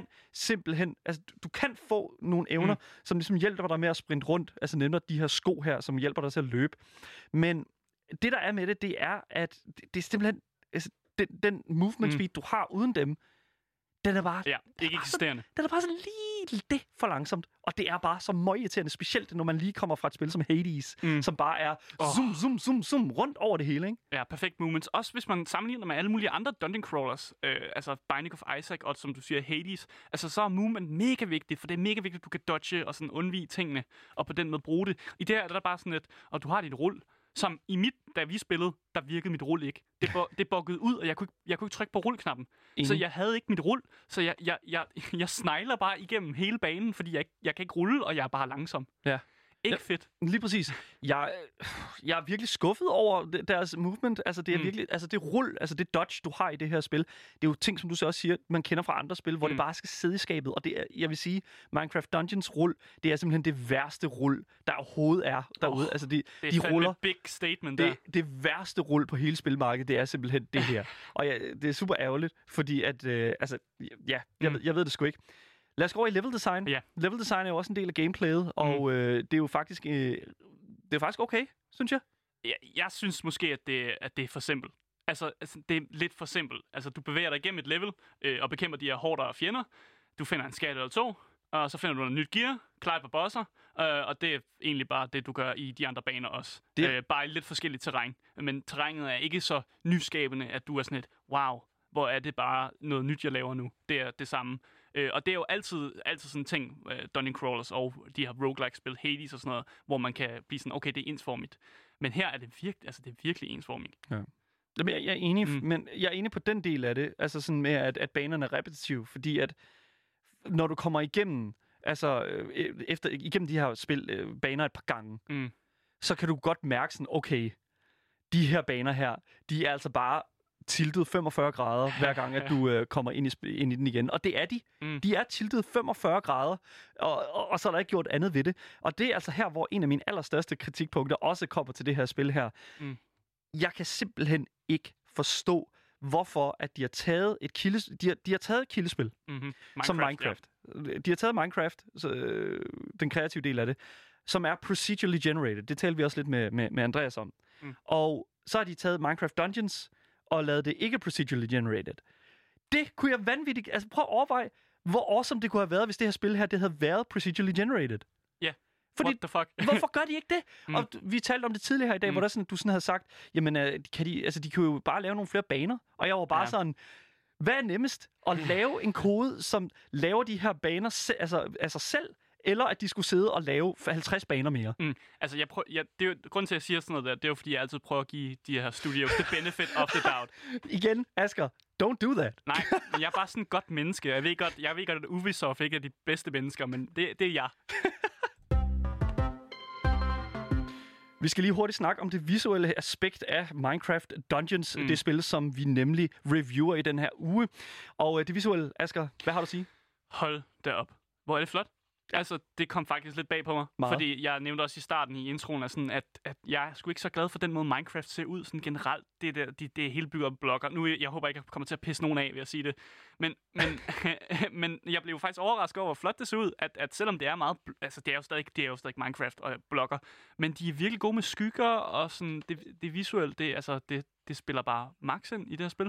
du kan få nogle evner, som ligesom hjælper dig med at sprinte rundt. Altså, nemlig de her sko her, som hjælper dig til at løbe. Men det, der er med det er, at det er simpelthen... Altså, den movement speed, du har uden dem, den er bare... Ja, ikke eksisterende. Den er bare sådan lige det for langsomt. Og det er bare så møgirriterende, specielt når man lige kommer fra et spil som Hades, som bare er zoom rundt over det hele, ikke? Ja, perfekt movements. Også hvis man sammenligner med alle mulige andre dungeon crawlers, altså Binding of Isaac og som du siger Hades, altså så er movement mega vigtigt, for det er mega vigtigt, at du kan dodge og sådan undvige tingene, og på den måde bruge det. I det her er der bare sådan et, og du har dit rull, som da vi spillede, der virkede mit rull ikke. Det buggede ud, og jeg kunne ikke trykke på rullknappen. Så jeg havde ikke mit rull, så jeg snegler bare igennem hele banen, fordi jeg kan ikke rulle, og jeg er bare langsom. Ja. Ikke fedt. Lige præcis. Jeg er virkelig skuffet over deres movement. Altså det er virkelig, altså det rull, altså det dodge du har i det her spil. Det er jo ting, som du så også siger, man kender fra andre spil, hvor det bare skal sidde i skabet. Og det er, jeg vil sige, Minecraft Dungeons rull, det er simpelthen det værste rull, der overhovedet er derude. Altså de ruller. Det er big statement der. Det værste rull på hele spilmarkedet, det er simpelthen det her. Og det er super ærgerligt, fordi at jeg ved det sgu ikke. Lad os gå over i level design. Ja. Level design er jo også en del af gameplayet, og det er jo faktisk, det er faktisk okay, synes jeg. Jeg synes måske, at det er for simpelt. Altså, det er lidt for simpelt. Altså, du bevæger dig igennem et level og bekæmper de her hårdere fjender. Du finder en skat eller to, og så finder du noget nyt gear, klar på bosser, og det er egentlig bare det, du gør i de andre baner også. Bare i lidt forskelligt terræn. Men terrænet er ikke så nyskabende, at du er sådan et, wow, hvor er det bare noget nyt, jeg laver nu. Det er det samme. Og det er jo altid sådan en ting, dungeon crawlers og de her roguelike-spil, Hades og sådan noget, hvor man kan blive sådan, okay, det er ensformigt. Men her er det virkelig ensformigt. Ja. Jamen, jeg er enig, men jeg er enig på den del af det, altså sådan med, at banerne er repetitive, fordi at når du kommer igennem, igennem de her baner et par gange, så kan du godt mærke sådan, okay, de her baner her, de er altså bare tiltet 45 grader, hver gang, at du kommer ind i den igen. Og det er de. De er tiltet 45 grader, og så er der ikke gjort andet ved det. Og det er altså her, hvor en af mine allerstørste kritikpunkter også kommer til det her spil her. Jeg kan simpelthen ikke forstå, hvorfor at de har taget et kildespil som Minecraft. Ja. De har taget Minecraft, den kreative del af det, som er procedurally generated. Det talte vi også lidt med Andreas om. Og så har de taget Minecraft Dungeons og lavet det ikke procedurally generated. Det kunne jeg vanvittigt... Altså prøv at overveje, hvor awesome det kunne have været, hvis det her spil her, det havde været procedurally generated. Ja. Fordi, what the fuck? Hvorfor gør de ikke det? Og vi talte om det tidligere her i dag, hvor der sådan, du sådan havde sagt, jamen, de kan jo bare lave nogle flere baner. Og jeg var bare sådan, hvad er nemmest? At lave en kode, som laver de her baner af sig selv, eller at de skulle sidde og lave 50 baner mere. Altså, det er jo, grunden til, at jeg siger sådan noget der, det er jo, fordi jeg altid prøver at give de her studios the benefit of the doubt. Igen, Asger, don't do that. Nej, men jeg er bare sådan et godt menneske. Jeg ved godt, at Ubisoft ikke er de bedste mennesker, men det er jeg. Vi skal lige hurtigt snakke om det visuelle aspekt af Minecraft Dungeons, det spil, som vi nemlig reviewer i den her uge. Og det visuelle, Asger, hvad har du at sige? Hold da op. Hvor er det flot. Altså, det kom faktisk lidt bag på mig. Meget. Fordi jeg nævnte også i starten i introen, at jeg er sgu ikke så glad for den måde, Minecraft ser ud sådan generelt. Det er helt bygget op blokker. Nu, jeg håber ikke, jeg kommer til at pisse nogen af ved at sige det. Men jeg blev faktisk overrasket over, hvor flot det ser ud. At selvom det er meget... Altså, det er jo stadig Minecraft og blokker. Men de er virkelig gode med skygger, og sådan, det visuelle, det spiller bare max ind i det her spil.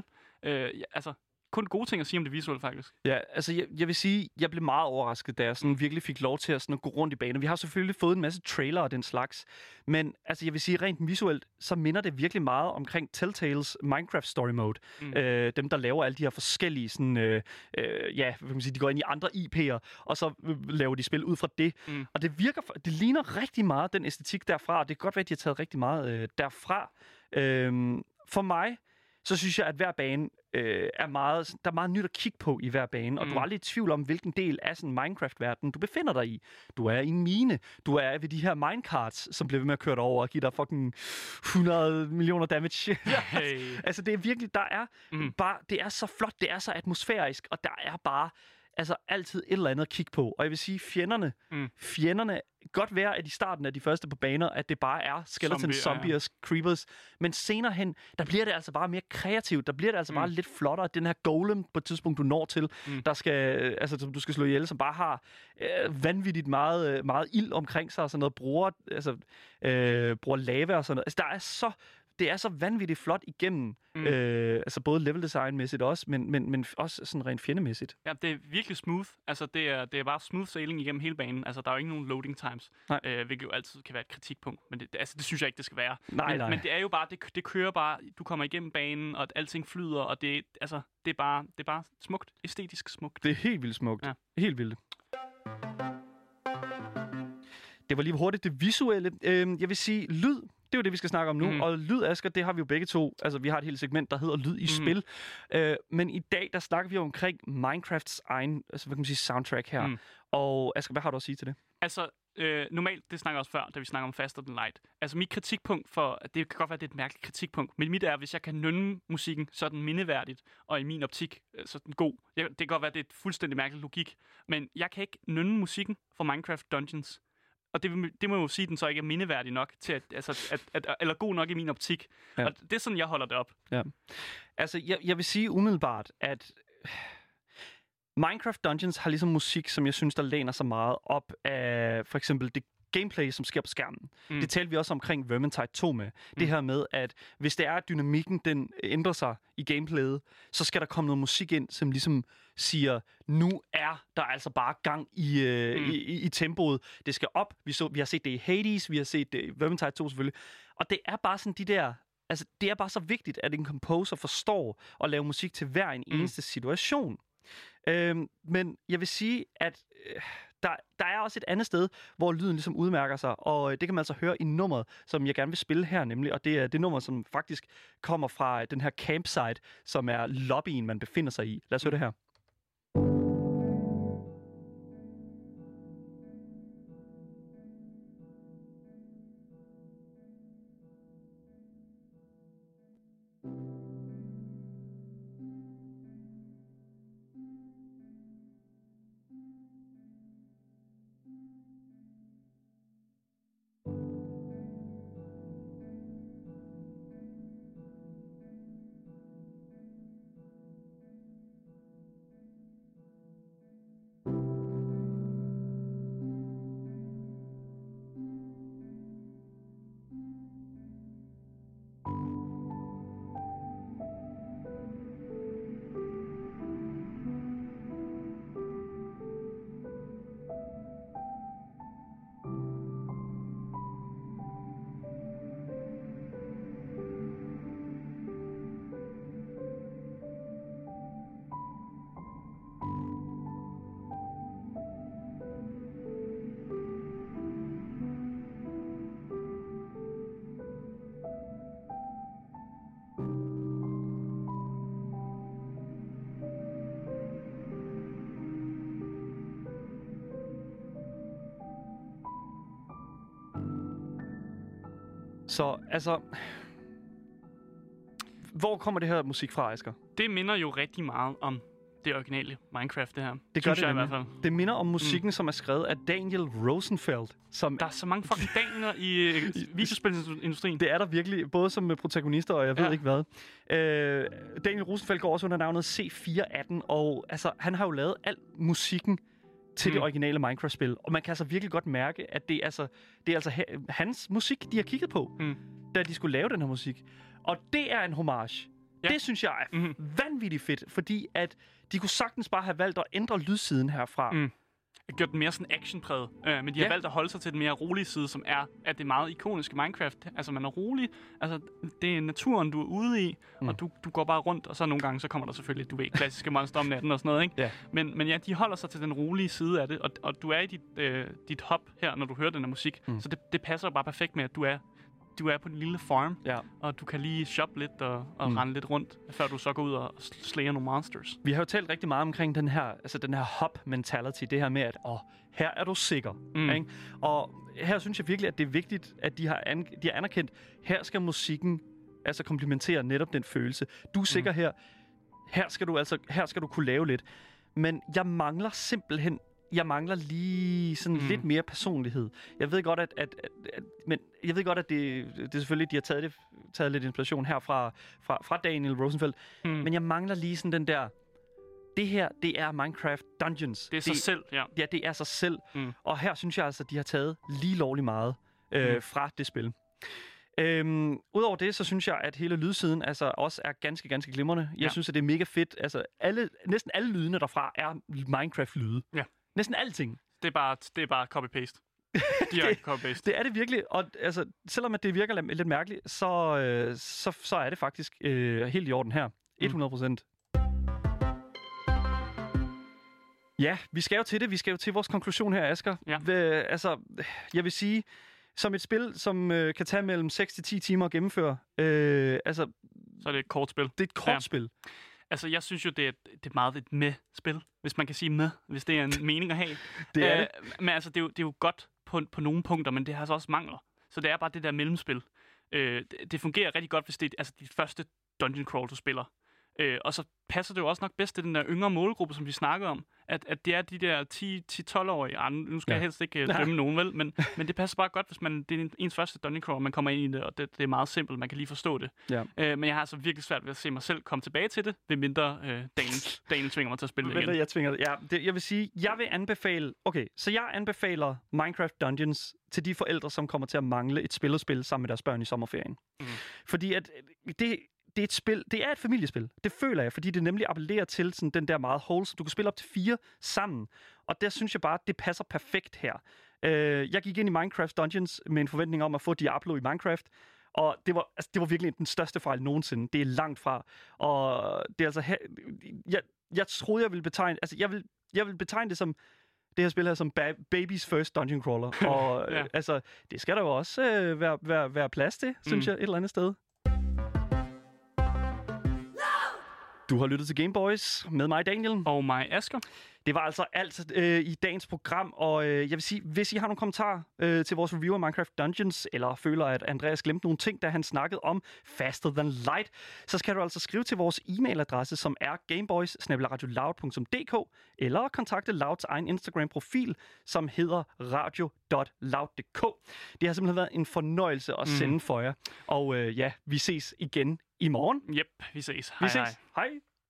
Kun gode ting at sige om det visuelle, faktisk. Ja, altså jeg vil sige, jeg blev meget overrasket, da jeg sådan virkelig fik lov til at gå rundt i banen. Vi har selvfølgelig fået en masse trailer og den slags, men altså jeg vil sige, rent visuelt, så minder det virkelig meget omkring Telltales Minecraft Story Mode. Dem, der laver alle de her forskellige, sådan, hvad kan man sige, de går ind i andre IP'er, og så laver de spil ud fra det. Og det ligner rigtig meget den æstetik derfra, og det kan godt være, at de har taget rigtig meget derfra. For mig, så synes jeg, at hver bane der er meget nyt at kigge på i hver bane, og du er aldrig i tvivl om, hvilken del af sådan Minecraft-verden du befinder dig i. Du er i en mine, du er ved de her minecarts, som bliver ved med at køre dig over og give dig fucking 100 millioner damage. Hey. Altså det er virkelig, det er så flot, det er så atmosfærisk, og der er bare altid et eller andet at kigge på. Og jeg vil sige, fjenderne, godt være, at i starten af de første på baner, at det bare er skeletons, zombies, creepers, men senere hen, der bliver det altså bare mere kreativt, der bliver det altså bare lidt flottere. Den her golem på et tidspunkt, du når til, der skal, som du skal slå ihjel, som bare har vanvittigt meget ild omkring sig, og sådan noget, bruger lava og sådan noget. Altså, det er så vanvittigt flot igennem, både level design-mæssigt også, men også sådan rent fjendemæssigt. Ja, det er virkelig smooth. Altså, det er bare smooth sailing igennem hele banen. Altså, der er jo ikke nogen loading times, hvilket jo altid kan være et kritikpunkt. Men det synes jeg ikke, det skal være. Nej. Men det er jo bare, det kører bare, du kommer igennem banen, og alting flyder, og det er bare smukt. Æstetisk smukt. Det er helt vildt smukt. Ja. Helt vildt. Det var lige hurtigt det visuelle. Jeg vil sige, lyd, det er jo det, vi skal snakke om nu. Og lyd, Asger, det har vi jo begge to. Altså, vi har et helt segment, der hedder lyd i spil. Men i dag, der snakker vi omkring Minecrafts egen, hvad kan man sige, soundtrack her. Og Asger, hvad har du at sige til det? Altså, normalt, det snakker jeg også før, da vi snakker om Faster Than Light. Altså, mit kritikpunkt det kan godt være, det er et mærkeligt kritikpunkt, men mit er, hvis jeg kan nynne musikken, så er den mindeværdigt, og i min optik, så er den god. Det kan godt være, det er et fuldstændig mærkeligt logik, men jeg kan ikke nynne musikken for Minecraft Dungeons. Og det må jo sige, at den så ikke er mindeværdig nok til eller god nok i min optik. Ja. Og det er sådan, jeg holder det op. Ja. Altså, jeg vil sige umiddelbart, at Minecraft Dungeons har ligesom musik, som jeg synes, der læner sig meget op af for eksempel det gameplay, som sker på skærmen. Det talte vi også omkring Vermintide 2 med. Det her med, at hvis det er, at dynamikken den ændrer sig i gameplayet, så skal der komme noget musik ind, som ligesom siger, nu er der altså bare gang i tempoet. Det skal op. Vi har set det i Hades, vi har set det i Vermintide 2 selvfølgelig. Og det er bare sådan de der... Altså, det er bare så vigtigt, at en composer forstår at lave musik til hver en eneste situation. Men jeg vil sige, at der er også et andet sted, hvor lyden ligesom udmærker sig, og det kan man altså høre i nummeret, som jeg gerne vil spille her nemlig, og det er det nummer, som faktisk kommer fra den her campsite, som er lobbyen, man befinder sig i. Lad os høre det her. Så altså, hvor kommer det her musik fra, Asger? Det minder jo rigtig meget om det originale Minecraft, det her. Det gør synes jeg i hvert fald. Det minder om musikken, som er skrevet af Daniel Rosenfeld. Som Der er så mange fucking Daniler i videospilindustrien. det er der virkelig, både som protagonister og jeg ved ikke hvad. Daniel Rosenfeld går også under navnet C418, og altså, han har jo lavet al musikken til det originale Minecraft-spil. Og man kan altså virkelig godt mærke, at det er hans musik, de har kigget på, da de skulle lave den her musik. Og det er en homage. Ja. Det synes jeg er vanvittigt fedt, fordi at de kunne sagtens bare have valgt at ændre lydsiden herfra. Gjort den mere sådan actionpræget, men de har valgt at holde sig til den mere rolige side, som er at det meget ikoniske Minecraft. Altså man er rolig, altså det er naturen, du er ude i, og du går bare rundt, og så nogle gange, så kommer der selvfølgelig, du ved, klassiske monster om natten og sådan noget, ikke? Ja. Men ja, de holder sig til den rolige side af det, og du er i dit hop her, når du hører den her musik, så det passer bare perfekt med, at du er på den lille farm, og du kan lige shoppe lidt og rende lidt rundt, før du så går ud og slayer nogle monsters. Vi har jo talt rigtig meget omkring den her hop-mentality, det her med, at her er du sikker. Ikke? Og her synes jeg virkelig, at det er vigtigt, at de har anerkendt, her skal musikken altså komplementere netop den følelse. Du er sikker her. Her skal du kunne lave lidt. Men jeg mangler simpelthen lige sådan lidt mere personlighed. Jeg ved godt, at det er selvfølgelig, de har taget lidt inspiration her fra Daniel Rosenfeld. Men jeg mangler lige sådan den der, det her, det er Minecraft Dungeons. Det er sig selv, ja. Ja, det er sig selv. Og her synes jeg altså, de har taget lige lovlig meget fra det spil. Udover det, så synes jeg, at hele lydsiden altså også er ganske, ganske glimrende. Jeg synes, at det er mega fedt. Altså, næsten alle lydene derfra er Minecraft-lyde. Ja. Næsten alting. Det er bare copy-paste. Copy-paste. Det er det virkelig. Og altså, selvom at det virker lidt mærkeligt, så er det faktisk helt i orden her. 100%. Ja, vi skal jo til det. Vi skal jo til vores konklusion her, Asger. Ja. Jeg vil sige, som et spil, som kan tage mellem 6 til 10 timer at gennemføre, så er det et kort spil. Det er et kort spil. Altså, jeg synes jo, det er meget et med-spil, hvis man kan sige med, hvis det er en mening at have. Det er det. Men altså, det er jo godt på nogle punkter, men det har så også mangler. Så det er bare det der mellemspil. Det fungerer rigtig godt, hvis det er dit første dungeon crawl, du spiller. Og så passer det jo også nok bedst til den der yngre målgruppe, som vi snakkede om, at det er de der 10-12-årige. Nu skal jeg helst ikke dømme nogen, vel? Men det passer bare godt, hvis det er ens første dungeon crawl, man kommer ind i det, og det er meget simpelt, man kan lige forstå det. Ja. Men jeg har altså virkelig svært ved at se mig selv komme tilbage til det, ved mindre Daniel tvinger mig til at spille det igen. Jeg tvinger det. Ja, jeg vil sige, jeg anbefaler Minecraft Dungeons til de forældre, som kommer til at mangle et spil sammen med deres børn i sommerferien. Fordi at det er et spil, det er et familiespil. Det føler jeg, fordi det nemlig appellerer til sådan den der meget wholesome. Du kan spille op til 4 sammen, og der synes jeg bare, det passer perfekt her. Jeg gik ind i Minecraft Dungeons med en forventning om at få Diablo i Minecraft, og det var virkelig den største fejl nogensinde. Det er langt fra, og det er altså jeg troede, jeg ville betegne det som det her spil her som baby's first dungeon crawler. Og Ja. altså, det skal der jo også være plads til, synes jeg, et eller andet sted. Du har lyttet til Game Boys med mig, Daniel. Og mig, Asger. Det var altså alt i dagens program, og jeg vil sige, hvis I har nogle kommentarer til vores review af Minecraft Dungeons, eller føler, at Andreas glemte nogle ting, da han snakkede om Faster Than Light, så skal du altså skrive til vores e-mailadresse, som er gameboys@radioloud.dk, eller kontakte Louds egen Instagram-profil, som hedder radio.loud.dk. Det har simpelthen været en fornøjelse at sende for jer, og ja, vi ses igen i morgen. Yep, vi ses. Vi Hej, ses. hej. Hej.